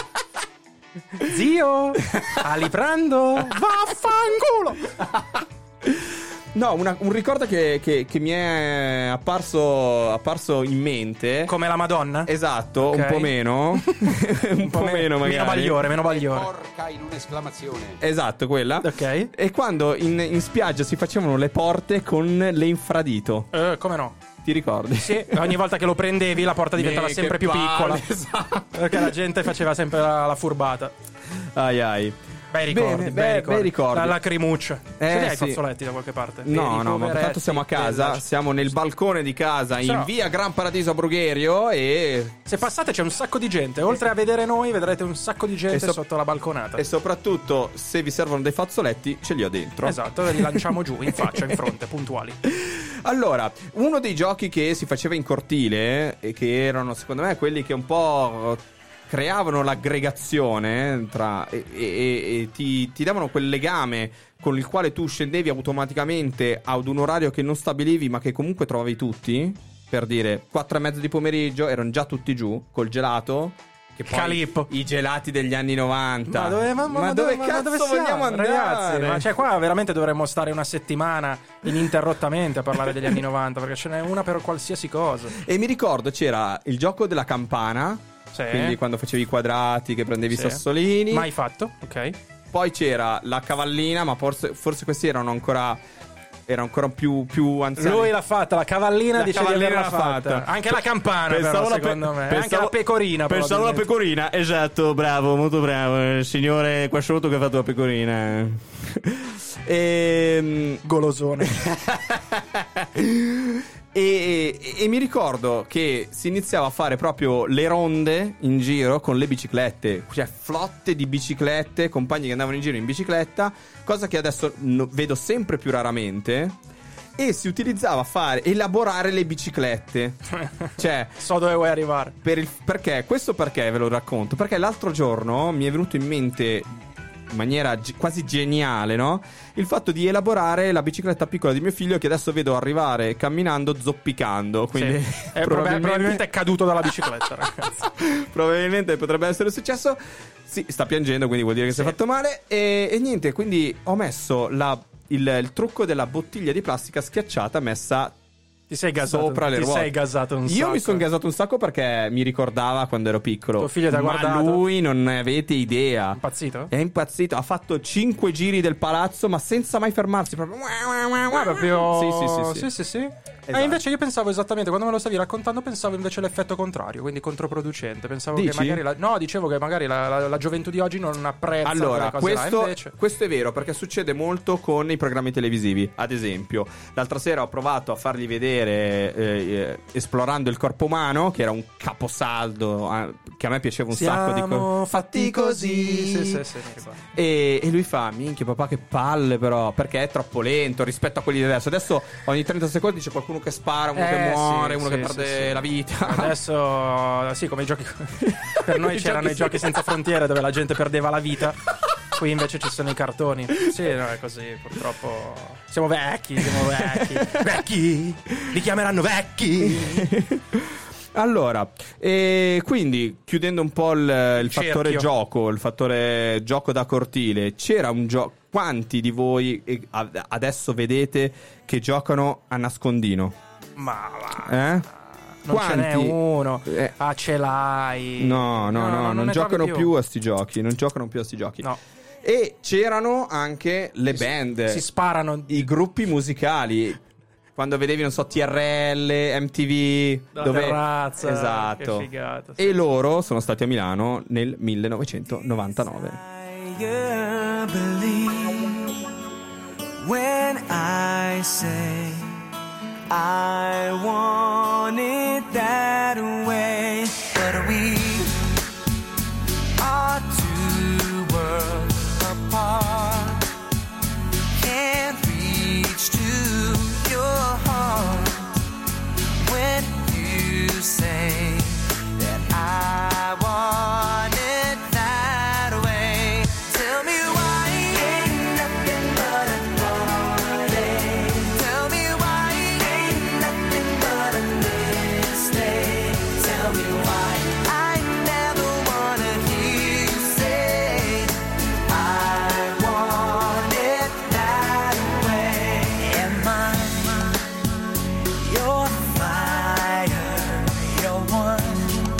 Zio, Aliprando, vaffanculo. No, una- un ricordo che, che- che mi è apparso, apparso in mente. Come la Madonna? Esatto, Ok. un po' meno. un po' me- meno magari. Meno bagliore, meno bagliore. Porca in un'esclamazione. Esatto, quella. Ok. E quando in, in spiaggia si facevano le porte con le infradito. Eh, come no? Ti ricordi? Sì, ogni volta che lo prendevi la porta diventava Eh, sempre che più palle, piccola. esatto. Perché la gente faceva sempre la, la furbata. Ai ai. Bei ricordi, Bene, bei be- ricordi. bei ricordi. La lacrimuccia. Eh, Ce li hai sì. fazzoletti da qualche parte? No, Vedi, no, ma poveretti, tanto siamo a casa, bella- siamo nel balcone di casa in Però- via Gran Paradiso a Brugherio e, Se passate c'è un sacco di gente. Oltre a vedere noi, vedrete un sacco di gente E so- sotto la balconata. e soprattutto se vi servono dei fazzoletti ce li ho dentro. Esatto, li lanciamo giù, in faccia, in fronte, puntuali. Allora, uno dei giochi che si faceva in cortile e che erano secondo me quelli che un po' creavano l'aggregazione tra e, e- e ti, ti davano quel legame con il quale tu scendevi automaticamente ad un orario che non stabilivi ma che comunque trovavi tutti, per dire quattro e mezzo di pomeriggio erano già tutti giù col gelato, che Che poi Calippo. I gelati degli anni novanta. Ma dove, ma, ma, ma dove, ma, cazzo ma dove vogliamo siamo, andare? ragazzi? Ma cioè, qua veramente dovremmo stare una settimana ininterrottamente a parlare degli anni novanta, perché ce n'è una per qualsiasi cosa. E mi ricordo c'era il gioco della campana, Sì. quindi quando facevi i quadrati che prendevi i Sì. sassolini. Mai fatto, ok. Poi c'era la cavallina, ma forse, forse questi erano ancora erano ancora più, più anziani. Lui l'ha fatta, la cavallina La dice cavallina di averla l'ha fatta. fatta. Anche la campana, Pensavo però, la pe- secondo me. pensavo- Anche la pecorina. Pensavo la probabilmente. pecorina, esatto, bravo, molto bravo. Il signore qua sotto che ha fatto la pecorina. e... Golosone. E, e, e mi ricordo che si iniziava a fare proprio le ronde in giro con le biciclette, cioè flotte di biciclette, compagni che andavano in giro in bicicletta, cosa che adesso no- vedo sempre più raramente. E si utilizzava a fare, elaborare le biciclette. Cioè, so dove vuoi arrivare. Per il, perché? Questo perché ve lo racconto? Perché l'altro giorno mi è venuto in mente in maniera ge- quasi geniale, no? Il fatto di elaborare la bicicletta piccola di mio figlio, che adesso vedo arrivare camminando zoppicando. Quindi Sì. È probabilmente... probabilmente è caduto dalla bicicletta, ragazzi. Probabilmente potrebbe essere successo. Sì, sta piangendo, quindi vuol dire che Sì. si è fatto male. E, e niente, quindi ho messo la, il, il trucco della bottiglia di plastica schiacciata messa Ti sei gasato, sopra le ti ruote. sei gasato un Io sacco. mi sono gasato un sacco perché mi ricordava quando ero piccolo. Tuo figlio ti ha Ma guardato? lui non ne avete idea. Impazzito? È impazzito. Ha fatto cinque giri del palazzo, ma senza mai fermarsi. Proprio. Ah, proprio... Sì, sì, sì, sì. sì, sì, sì. Esatto. E invece io pensavo esattamente, quando me lo stavi raccontando, pensavo invece l'effetto contrario, quindi controproducente. Pensavo Dici? che magari la... No, dicevo che magari la, la, la gioventù di oggi non apprezza Allora, quelle cose là. questo, Invece... questo è vero, perché succede molto con i programmi televisivi. Ad esempio, l'altra sera ho provato a fargli vedere eh, eh, Esplorando il corpo umano, che era un caposaldo eh, che a me piaceva un sacco. Siamo Dico, fatti così. Sì, sì, sì, mi ricordo. E, e lui fa: minchia papà, che palle, però, perché è troppo lento rispetto a quelli di adesso. Adesso ogni trenta secondi c'è qualcuno che spara, uno Eh, che muore, sì, uno sì, che sì, perde sì. la vita. Adesso, sì, come i giochi. Per noi I c'erano giochi i giochi sì. senza frontiere dove la gente perdeva la vita. Qui invece ci sono i cartoni. Sì, no, è così, purtroppo. Siamo vecchi, siamo vecchi. Vecchi! Li chiameranno vecchi! Allora, e quindi chiudendo un po' il, il fattore Cerchio. gioco, il fattore gioco da cortile, c'era un gioco. Quanti di voi eh, ad- adesso vedete che giocano a nascondino? Ma va. Eh? Non Quanti? ce n'è uno. Eh. Ah, ce l'hai. No, no, no, non, ne giocano trovi più. a sti giochi, non giocano più a sti giochi. No. E c'erano anche le band, Si sparano. i gruppi musicali. Quando vedevi, non so, T R L, M T V, La dove... terrazza, esatto. che figata, sì. E loro sono stati a Milano nel millenovecentonovantanove. When I say I want it that way, but we are two worlds apart. Can't reach to your heart when you say that I want it that way. Tell me why ain't nothing but a party. Tell me why ain't nothing but a mistake. Tell me why I never wanna hear you say I want it that way. Am I your fire, your one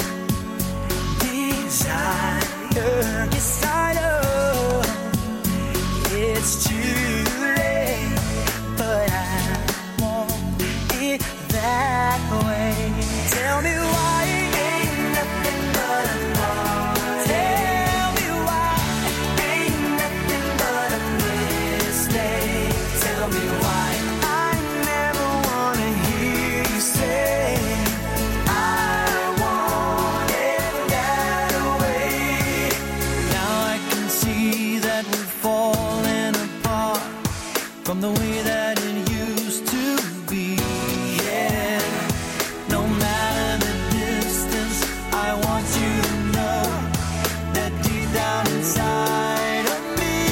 desire? Yes, I know it's too late, but I want it that way. Tell me why ain't nothing but a party. Tell me why ain't nothing but a mistake. Tell me why I never wanna hear you say I want it that way. Now I can see that we're falling apart from the way that it used to be. Yeah, no matter the distance, I want you to know that deep down inside of me,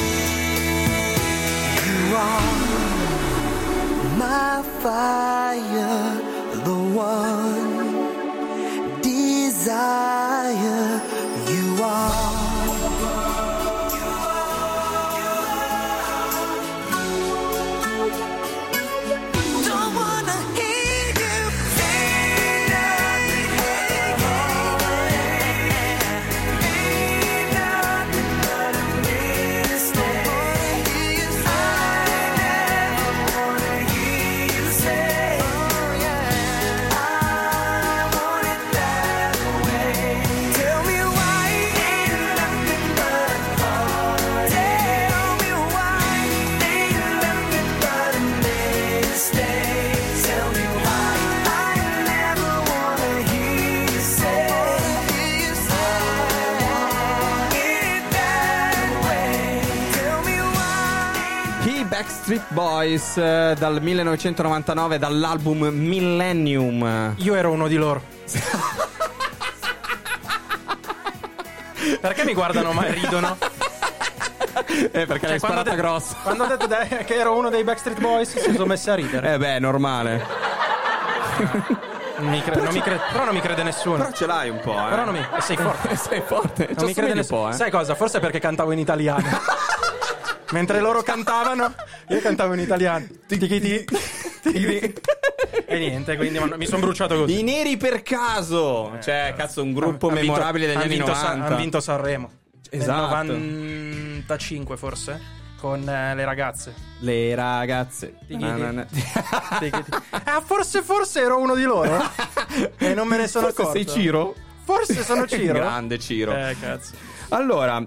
you are my fire, the one desire, Backstreet Boys eh, dal millenovecentonovantanove, dall'album Millennium. Io ero uno di loro. Perché mi guardano ma ridono? Eh, perché Cioè, l'hai quando sparata ho de- grossa. Quando ho detto de- che ero uno dei Backstreet Boys si sono messi a ridere. Eh beh, è normale. Non mi cre- non mi cre- però non mi crede nessuno. Però ce l'hai un po', eh. Però non mi sei forte. Sei forte. Non mi crede nessuno. un po', eh. Sai cosa? Forse perché cantavo in italiano. Mentre loro cantavano, io cantavo in italiano. Tichiti. E niente, quindi mi sono bruciato così. I Neri per caso. Cioè, cazzo, un gruppo Han vinto- memorabile degli han anni vinto novanta. Hanno vinto Sanremo. Esatto. Nel novantacinque forse. Con eh, le ragazze. Le ragazze. Tichiti. Na, na, na. Tichiti. Ah, forse, forse ero uno di loro. E non me ne sono Forse accorto. sei Ciro? Forse sono Ciro. Grande Ciro. Eh, cazzo. Allora,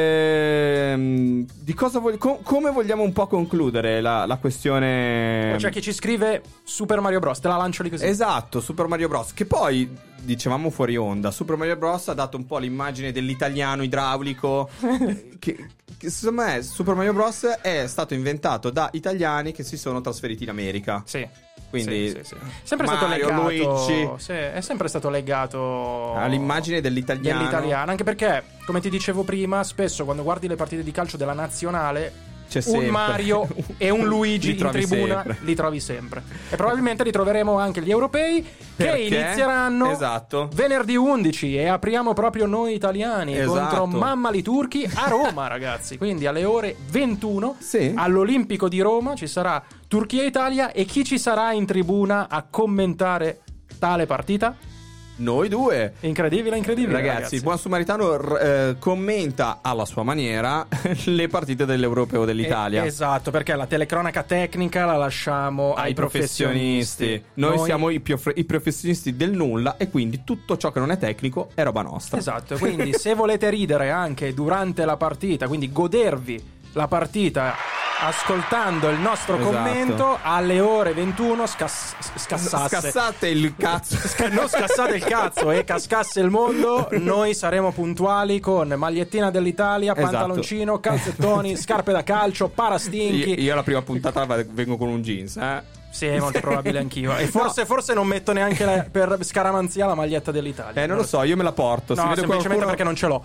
ehm, di cosa vog- co- come vogliamo un po' concludere la, la questione? C'è chi ci scrive Super Mario Bros. Te la lancio lì così. Esatto, Super Mario Bros. Che poi, dicevamo fuori onda, Super Mario Bros. Ha dato un po' l'immagine dell'italiano idraulico. che, che secondo me Super Mario Bros. È stato inventato da italiani che si sono trasferiti in America. Sì. Quindi sì, sì, sì. Sempre Mario, stato legato Luigi, sì, è sempre stato legato all'immagine dell'italiano. dell'italiano, anche perché, come ti dicevo prima, spesso quando guardi le partite di calcio della nazionale c'è un sempre Mario e un Luigi Li in trovi tribuna sempre. li trovi sempre. E probabilmente li troveremo anche gli europei Perché? che inizieranno Esatto. venerdì undici e apriamo proprio noi italiani Esatto. contro Mammali Turchi a Roma, ragazzi. Quindi alle ore ventuno Sì. all'Olimpico di Roma ci sarà Turchia-Italia e chi ci sarà in tribuna a commentare tale partita? Noi due. Incredibile, incredibile, Ragazzi, ragazzi. il buon Sumaritano r- eh, commenta alla sua maniera le partite dell'Europeo dell'Italia. Eh, esatto, perché la telecronaca tecnica la lasciamo ai, ai professionisti. Noi, siamo i, pio- i professionisti del nulla e quindi tutto ciò che non è tecnico è roba nostra. Esatto, quindi se volete ridere anche durante la partita, quindi godervi la partita ascoltando il nostro Esatto. commento, alle ore ventuno scass- scassasse Scassate il cazzo. Sca- non scassate il cazzo e cascasse il mondo, noi saremo puntuali con magliettina dell'Italia, Esatto. pantaloncino, calzettoni, scarpe da calcio, parastinchi. Io, io la prima puntata vengo con un jeans, eh. Sì, è molto probabile anch'io. E forse, No. forse non metto neanche la- per scaramanzia la maglietta dell'Italia. Eh, non lo so, io me la porto. No, Se vedo semplicemente qualcuno... perché non ce l'ho.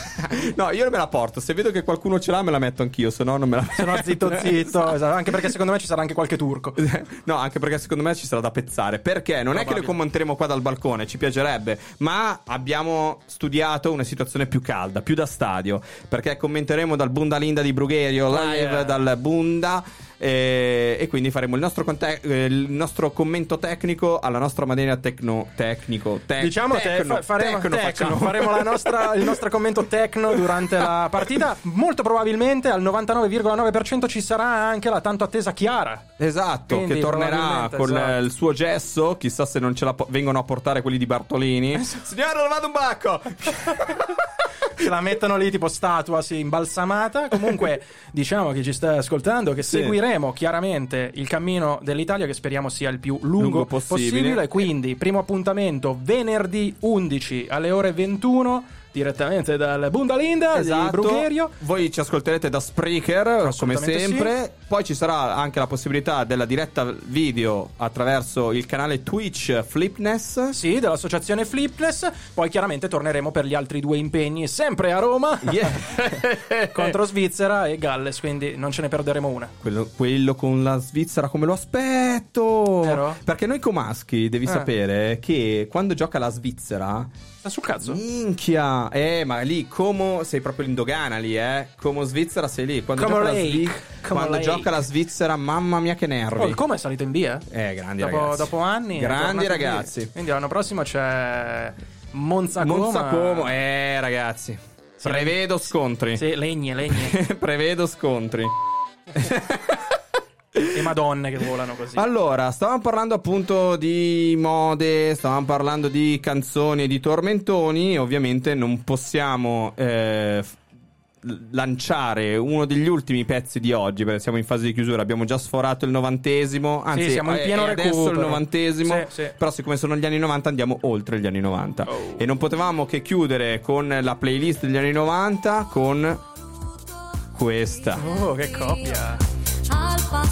No, io me la porto. Se vedo che qualcuno ce l'ha, me la metto anch'io. Se no, non me la Se no, zitto zitto. Esatto. Anche perché secondo me ci sarà anche qualche turco. No, anche perché secondo me ci sarà da pezzare. Perché non è che le commenteremo qua dal balcone, ci piacerebbe, ma abbiamo studiato una situazione più calda, più da stadio. Perché commenteremo dal Bundalinda di Brugherio live Oh, yeah. dal Bunda. E, e quindi faremo il nostro, conte- eh, il nostro commento tecnico alla nostra maniera tecno tecnico te- Diciamo che tecno, fa- faremo, tecno tecno, facciamo. faremo la nostra, il nostro commento tecno durante la partita. Molto probabilmente al novantanove virgola nove per cento ci sarà anche la tanto attesa Chiara. Esatto, Quindi, che tornerà probabilmente, con esatto. il suo gesso. Chissà se non ce la po- vengono a portare quelli di Bartolini. Signore, ho lavato un bacco. Ce la mettono lì tipo statua, sì, imbalsamata. Comunque diciamo che ci sta ascoltando che Sì. seguiremo chiaramente il cammino dell'Italia, che speriamo sia il più lungo, Lungo possibile. possibile. Quindi primo appuntamento venerdì undici alle ore ventuno direttamente dal Bundalinda di Brugherio. Voi ci ascolterete da Spreaker come Assolutamente sempre. Poi ci sarà anche la possibilità della diretta video attraverso il canale Twitch Flipness. Sì, dell'associazione Flipness. Poi chiaramente torneremo per gli altri due impegni, sempre a Roma, Yeah. contro Svizzera e Galles, quindi non ce ne perderemo una. Quello, quello con la Svizzera come lo aspetto. Vero? Perché noi comaschi devi Eh. sapere che quando gioca la Svizzera Sta sul cazzo? minchia. Eh, ma lì Como sei proprio in dogana lì, eh. Como Svizzera sei lì. Quando, Como gioca la, Lake. Svi- Como quando Lake. gioca la Svizzera, mamma mia che nervi. Oh, il Como è salito in via? Eh, grandi Dopo, ragazzi. dopo anni. è Grandi tornato in ragazzi. via. Quindi l'anno prossimo c'è Monza Como. Monza Como, eh ragazzi. Sì, Prevedo scontri. Sì, legne, legne. Prevedo scontri. E madonne che volano così. Allora, stavamo parlando appunto di mode, stavamo parlando di canzoni e di tormentoni. Ovviamente non possiamo eh, f- lanciare uno degli ultimi pezzi di oggi, perché siamo in fase di chiusura. Abbiamo già sforato il novantesimo, anzi Sì, siamo in è- pieno è adesso recupero. il novantesimo. Sì, sì. Però siccome sono gli anni novanta andiamo oltre gli anni novanta. Oh. E non potevamo che chiudere con la playlist degli anni novanta con questa. Oh, che coppia. Al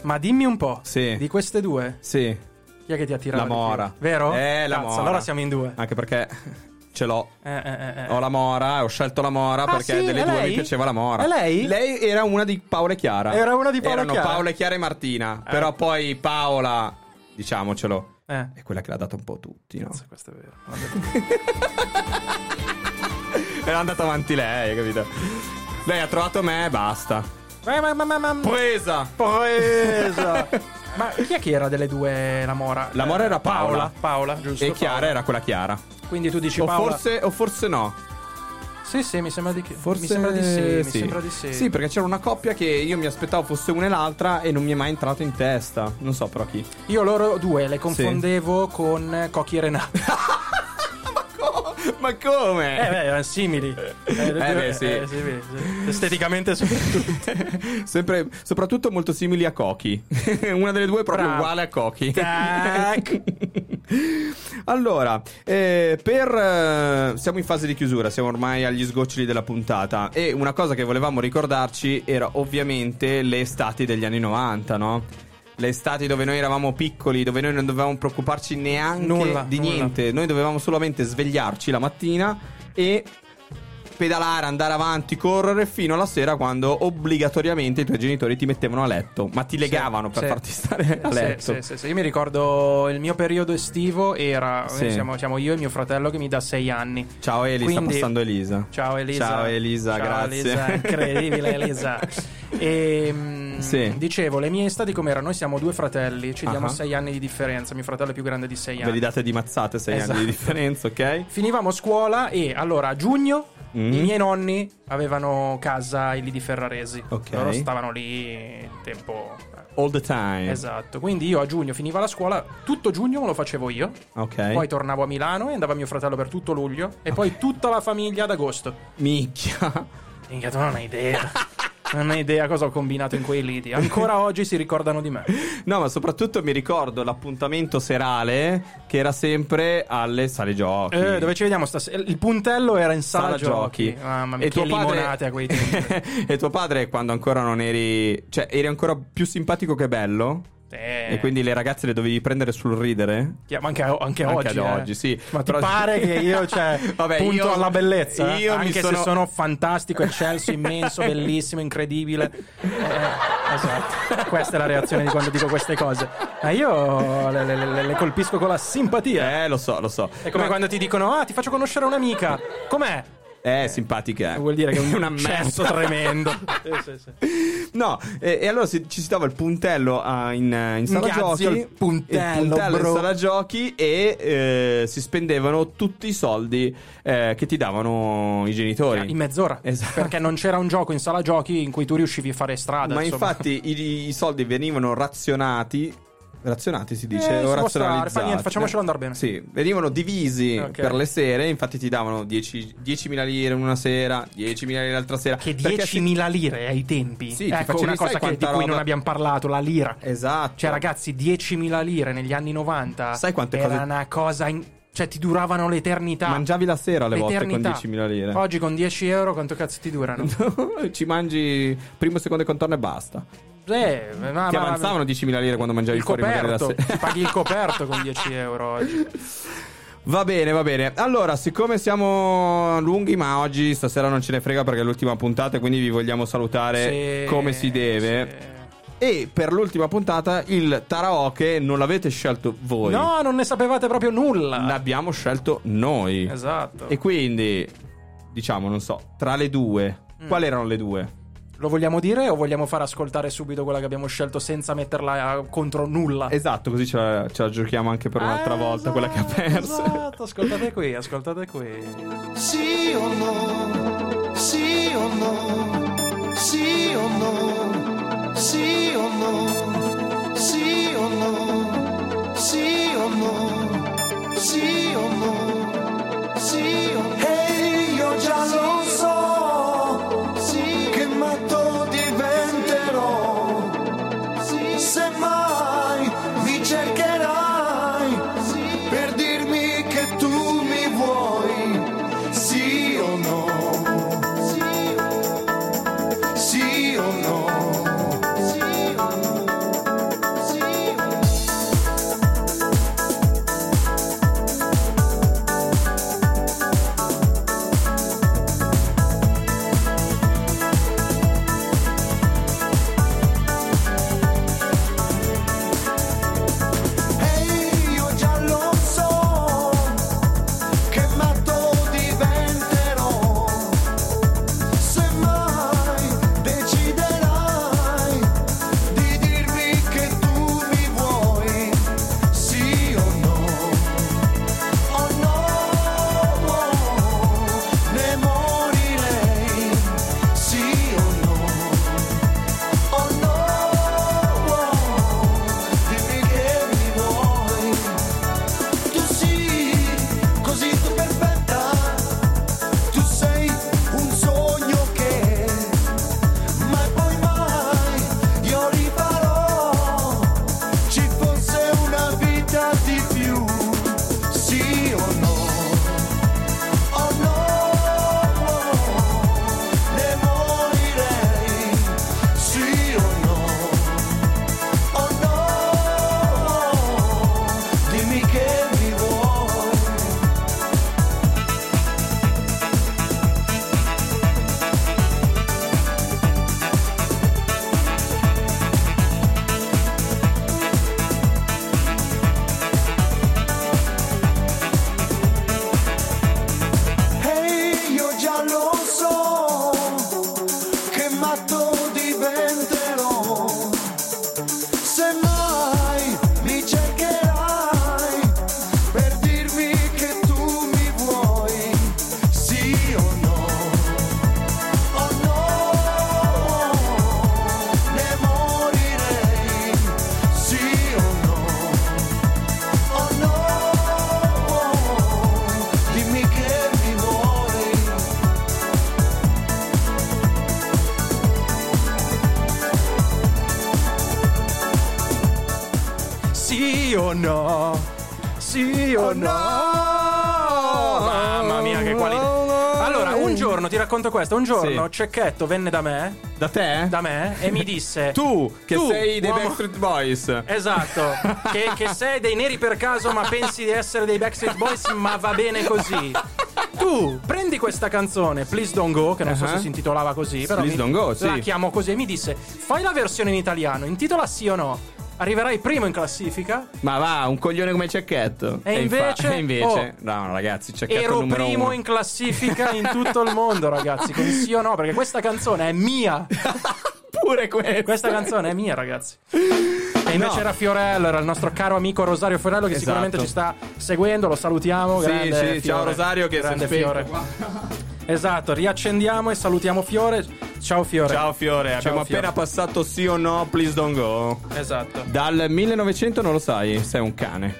Ma dimmi un po', Sì. di queste due, Sì. chi è che ti attira? La Mora. Vero? Eh, la Cazzo, Mora. allora siamo in due. Anche perché ce l'ho. Eh, eh, eh, eh. Ho la Mora, ho scelto la Mora Ah, perché sì? delle È due lei? mi piaceva la Mora. È lei? Lei era una di Paola e Chiara. Era una di Paola e Erano Chiara? Paola e Chiara e Martina. Eh. Però poi Paola, diciamocelo, Eh. è quella che l'ha dato un po' tutti, no? Cazzo, questo è vero. È andata avanti lei, capito? Lei ha trovato me e basta. Ma, ma, ma, ma, ma- Presa! Presa! Ma chi è che era delle due la Mora? La Mora era Paola. Paola, Paola, giusto. E Chiara Paola. era quella Chiara. Quindi tu dici O Paola. forse, o forse no. Sì, sì, mi sembra di che. Forse mi sembra di sì, mi sembra di sì. Sì, perché c'era una coppia che io mi aspettavo fosse una e l'altra e non mi è mai entrato in testa. Non so però chi. Io loro due le confondevo con Cocchi e Renato. Ma come? Eh beh, erano simili. Eh, le due- beh, sì. eh, simili, sì. Esteticamente soprattutto. Sempre, soprattutto molto simili a Cochi. Una delle due è proprio Bravo. uguale a Cochi. Tac. Allora, eh, per eh, siamo in fase di chiusura, siamo ormai agli sgoccioli della puntata. E una cosa che volevamo ricordarci era ovviamente le estati degli anni novanta, no? Le estati dove noi eravamo piccoli, dove noi non dovevamo preoccuparci neanche Nulla, di nulla. niente. Noi dovevamo solamente svegliarci la mattina e pedalare, andare avanti, correre fino alla sera, quando obbligatoriamente i tuoi genitori ti mettevano a letto, ma ti legavano per sì. farti stare a Sì, letto. sì, sì, sì. Io mi ricordo il mio periodo estivo era Sì. siamo, siamo io e mio fratello che mi dà sei anni. Ciao Eli, Quindi- sta passando Elisa. Ciao Elisa. Ciao Elisa, Ciao, grazie. Elisa, incredibile Elisa. E mm, Sì. dicevo, le mie estati com'erano? Noi siamo due fratelli, ci diamo Ah. sei anni di differenza. Mio fratello è più grande di sei Ve anni. li date di mazzate, sei Esatto. anni di differenza, ok? Finivamo scuola e allora a giugno Mm. i miei nonni avevano casa lì di Ferraresi. Ok. Loro stavano lì tempo. All the time. Esatto. Quindi io a giugno finiva la scuola, tutto giugno me lo facevo io. Ok. Poi tornavo a Milano e andava mio fratello per tutto luglio. E poi tutta la famiglia ad agosto. Minchia. Minchia, tu non hai idea. Non hai idea cosa ho combinato in quei liti. Ancora oggi si ricordano di me. No, ma soprattutto mi ricordo l'appuntamento serale che era sempre alle sale giochi. Eh, dove ci vediamo stasera? Il puntello era in sala, Sala giochi. Mamma mia, E che tuo padre- limonate a quei tempi. E tuo padre, quando ancora non eri, cioè eri ancora più simpatico che bello, Eh. e quindi le ragazze le dovevi prendere sul ridere. Yeah, ma anche, anche, Anche oggi, ad eh. oggi, sì. Ma ti Però- pare che io, cioè, Vabbè, punto io- alla bellezza? io mi anche sono- se sono fantastico, eccelso, immenso, bellissimo, incredibile. Eh, esatto. Questa è la reazione di quando dico queste cose. Ma io le, le- le- le colpisco con la simpatia. Eh, lo so, lo so. È come Ma- quando ti dicono: ah, ti faccio conoscere un'amica. Com'è? Eh, simpatica. Vuol dire che è un una cesso merda. tremendo. Sì, sì, sì. No, e, e allora si- ci si dava il puntello ah, in, in sala Inghiazio giochi. il puntello, il puntello bro. in sala giochi e eh, si spendevano tutti i soldi eh, che ti davano i genitori. In mezz'ora. Esatto. Perché non c'era un gioco in sala giochi in cui tu riuscivi a fare strada. Ma insomma. infatti i, i soldi venivano razionati. Razionati si dice, Eh, o si può stare, razionalizzati. fa niente, facciamocelo andare bene. Sì, venivano divisi Ok. per le sere, infatti ti davano dieci diecimila lire una sera, diecimila lire l'altra sera. Che Perché si- diecimila lire ai tempi. Sì, ti ecco facevi- una cosa sai che- di quanta cui roba- non abbiamo parlato, la lira. Esatto. Cioè, ragazzi, diecimila lire negli anni novanta. Sai quante era cose- una cosa. In... Cioè, ti duravano l'eternità. Mangiavi la sera alle volte con L'eternità. diecimila lire. Oggi con dieci euro quanto cazzo ti durano? Ci mangi primo, secondo e contorno e basta. Eh, ma, Ti ma- avanzavano diecimila lire quando mangiavi il fuori magari la coperto. sera. Ti paghi il coperto con dieci euro oggi. Va bene, va bene. Allora, siccome siamo lunghi, ma oggi stasera non ce ne frega perché è l'ultima puntata, e quindi vi vogliamo salutare Sì, come si deve. sì. E per l'ultima puntata il karaoke non l'avete scelto voi. No, non ne sapevate proprio nulla. L'abbiamo scelto noi. Esatto. E quindi, diciamo, non so, tra le due, Mm. quali erano le due? Lo vogliamo dire o vogliamo far ascoltare subito quella che abbiamo scelto senza metterla eh, contro nulla? Esatto, così ce la, ce la giochiamo anche per un'altra Eh, volta, quella che ha perso. Esatto, ascoltate qui, ascoltate qui. Sì o no? Sì o no? Sì o no? Sì o no? Sì o no? Sì o no? Sì o no? Sì o no? Ehi, io già lo so, sì, che matto diventerò. Sì, se mai mi cercherai, sì, per dirmi che tu mi vuoi. Sì o no? Sì o no? matto diventerò. Se mai mi cercherai per dirmi che tu mi vuoi, sì o no, oh no, ne morirei, sì o no, oh no, dimmi che mi vuoi. Sì o no? Sì o no? Mamma mia, che qualità. Allora, un giorno ti racconto questo. Un giorno Sì. Cecchetto venne da me. Da te? Da me e mi disse: Tu, che tu, sei dei uomo- Backstreet Boys. Esatto, che, che sei dei neri per caso, ma pensi di essere dei Backstreet Boys, ma va bene così. Tu prendi questa canzone, Please Don't Go, che non so Uh-huh. se si intitolava così, però Please mi- Don't Go, sì. la chiamo così e mi disse: fai la versione in italiano, intitola Sì o No. Arriverai primo in classifica. Ma va, un coglione come Cecchetto. E invece- infa- e invece oh, no, no, ragazzi, Cecchetto Ero numero primo uno. in classifica in tutto il mondo, ragazzi, con Sì o No, perché questa canzone è mia. Pure questa. Questa canzone è mia, ragazzi. E invece No. era Fiorello, era il nostro caro amico Rosario Fiorello, che Esatto. sicuramente ci sta seguendo, lo salutiamo. Sì, grande sì, Fiore. ciao Rosario, che grande si è spento Fiore. Esatto, riaccendiamo e salutiamo Fiore. Ciao Fiore. Ciao Fiore, abbiamo Fiore. appena passato Sì o No, Please Don't Go. Esatto. Dal millenovecento non lo sai, sei un cane.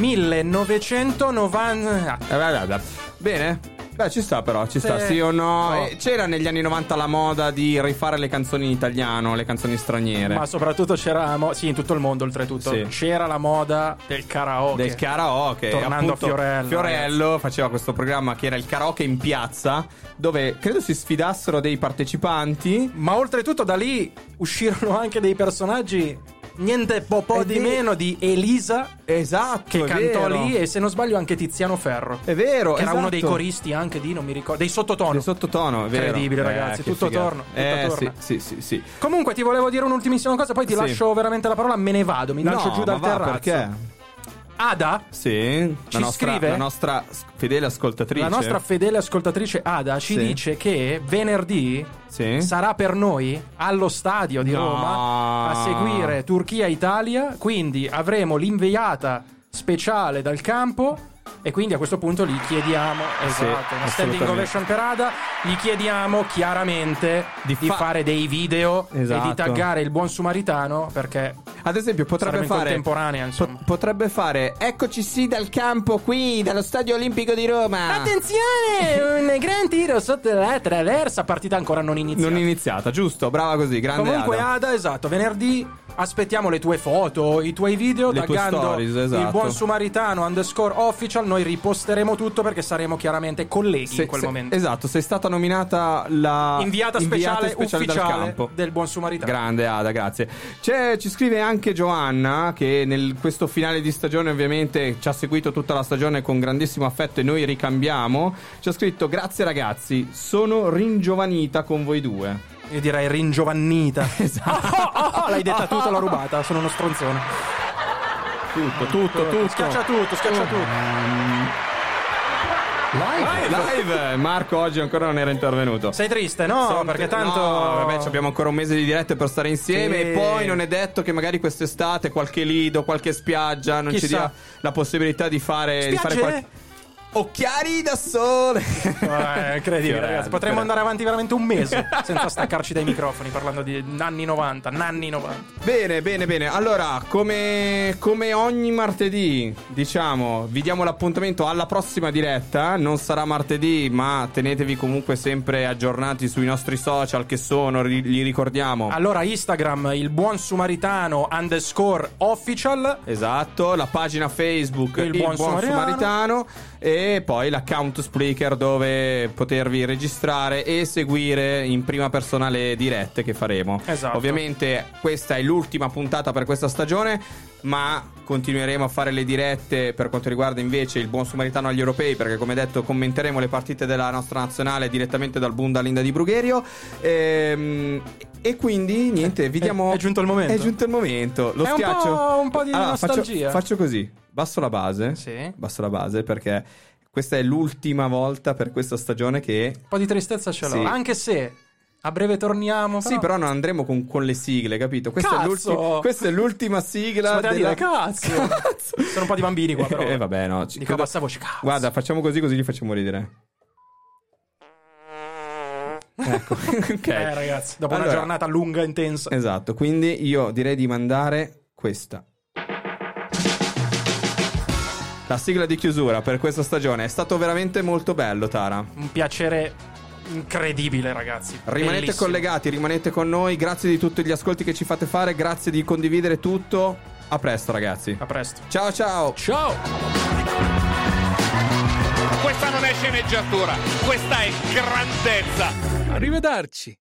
millenovecentonovanta. Eh, beh, beh, beh. Bene? Beh, ci sta però, ci sta, Sì. sì o no? No. Eh, c'era negli anni novanta la moda di rifare le canzoni in italiano, le canzoni straniere. Ma soprattutto c'era la mo- sì, in tutto il mondo oltretutto. Sì. C'era la moda del karaoke. Del karaoke. Tornando appunto, a Fiorello. Fiorello faceva questo programma che era il karaoke in piazza, dove credo si sfidassero dei partecipanti. Ma oltretutto da lì uscirono anche dei personaggi niente po', po' È di vero. meno di Elisa, Esatto, che è cantò vero. lì, e se non sbaglio anche Tiziano Ferro, È vero, che era esatto. uno dei coristi anche di, non mi ricordo, dei sottotono. Di sottotono, è vero. Incredibile, Eh, ragazzi, che tutto figata. torna, tutto Eh, torna. sì, sì, sì, sì. Comunque ti volevo dire un'ultimissima cosa, poi ti Sì. lascio veramente la parola, me ne vado, mi lancio No, giù dal ma va, terrazzo. perché? Ada, Sì, Ci la nostra, scrive? la nostra s- fedele ascoltatrice. la nostra fedele ascoltatrice Ada, ci Sì. dice che venerdì Sì. sarà per noi allo stadio di No. Roma a seguire Turchia-Italia, quindi avremo l'inviata speciale dal campo. E quindi a questo punto gli chiediamo, esatto, una standing assolutamente. ovation per Ada, gli chiediamo chiaramente di, Di fa- fare dei video e Esatto. di taggare il buon Samaritano, perché Ad esempio, potrebbe saremo in fare. contemporanea, insomma. po- potrebbe fare. Eccoci sì dal campo qui, dallo Stadio Olimpico di Roma. Attenzione, un gran tiro sotto la traversa, partita ancora non iniziata. Non iniziata, giusto? Brava così, grande Comunque Ada. Ada, esatto, venerdì aspettiamo le tue foto, i tuoi video, Le tue taggando stories, esatto. il buon Samaritano underscore official. Noi riposteremo tutto perché saremo chiaramente colleghi Se- in quel se- momento. Esatto, sei stata nominata la Inviata speciale, speciale dal ufficiale campo. del buon Samaritano. Grande Ada, grazie. C'è, ci scrive anche Giovanna, che nel questo finale di stagione ovviamente ci ha seguito tutta la stagione con grandissimo affetto e noi ricambiamo. Ci ha scritto: grazie ragazzi, sono ringiovanita con voi due. Io direi ringiovannita. Esatto. Oh, oh, oh, l'hai detta tutta, l'ho rubata, sono uno stronzone. Tutto, tutto, tutto. Schiaccia tutto, schiaccia tutto. Live. Live. Marco oggi ancora non era intervenuto. Sei triste, no? Sono- Perché tanto no, vabbè, ci abbiamo ancora un mese di dirette per stare insieme. Sì. E poi non è detto che magari quest'estate qualche lido, qualche spiaggia non ci Chissà. dia la possibilità di fare, di fare Spiagge? qualche. Occhiali da sole. Eh, incredibile, ragazzi. Potremmo andare avanti veramente un mese senza staccarci dai microfoni parlando di anni novanta, anni novanta. Bene, bene, bene. Allora, come, come ogni martedì, diciamo, vi diamo l'appuntamento alla prossima diretta. Non sarà martedì, ma tenetevi comunque sempre aggiornati sui nostri social, che sono, ri- li ricordiamo. Allora, Instagram, il buon Samaritano underscore official. Esatto, la pagina Facebook Il Il, Buon buon, Samaritano. Samaritano. E poi l'account Spreaker, dove potervi registrare e seguire in prima persona le dirette che faremo. Esatto. Ovviamente questa è l'ultima puntata per questa stagione, ma continueremo a fare le dirette per quanto riguarda invece il buon Samaritano agli europei, perché come detto commenteremo le partite della nostra nazionale direttamente dal Bundalinda di Brugherio. Ehm, E quindi niente, vi È- diamo. è giunto il momento. È giunto il momento. Lo È un schiaccio. po'- un po' di Allora, faccio- nostalgia. Faccio così. Basso la base. Sì. Basso la base perché questa è l'ultima volta per questa stagione che. Un po' di tristezza ce l'ho. Sì. Anche se A breve torniamo. Sì, però non andremo con, con le sigle, capito? Questa è, l'ulti- questa è l'ultima sigla. Della... della... dire, cazzo. cazzo. Sono un po' di bambini qua, però. Eh, vabbè, no. Dico a bassa voce, cazzo. Guarda, facciamo così, così li facciamo ridere. Ecco, ok. Eh, ragazzi, dopo allora, una giornata lunga e intensa. Esatto, quindi io direi di mandare questa. La sigla di chiusura per questa stagione. È stato veramente molto bello, Tara. Un piacere incredibile, ragazzi. Rimanete Bellissimo. collegati, rimanete con noi. Grazie di tutti gli ascolti che ci fate fare. Grazie di condividere tutto. A presto, ragazzi. A presto. Ciao, ciao. Ciao. Questa non è sceneggiatura, questa è grandezza. Arrivederci.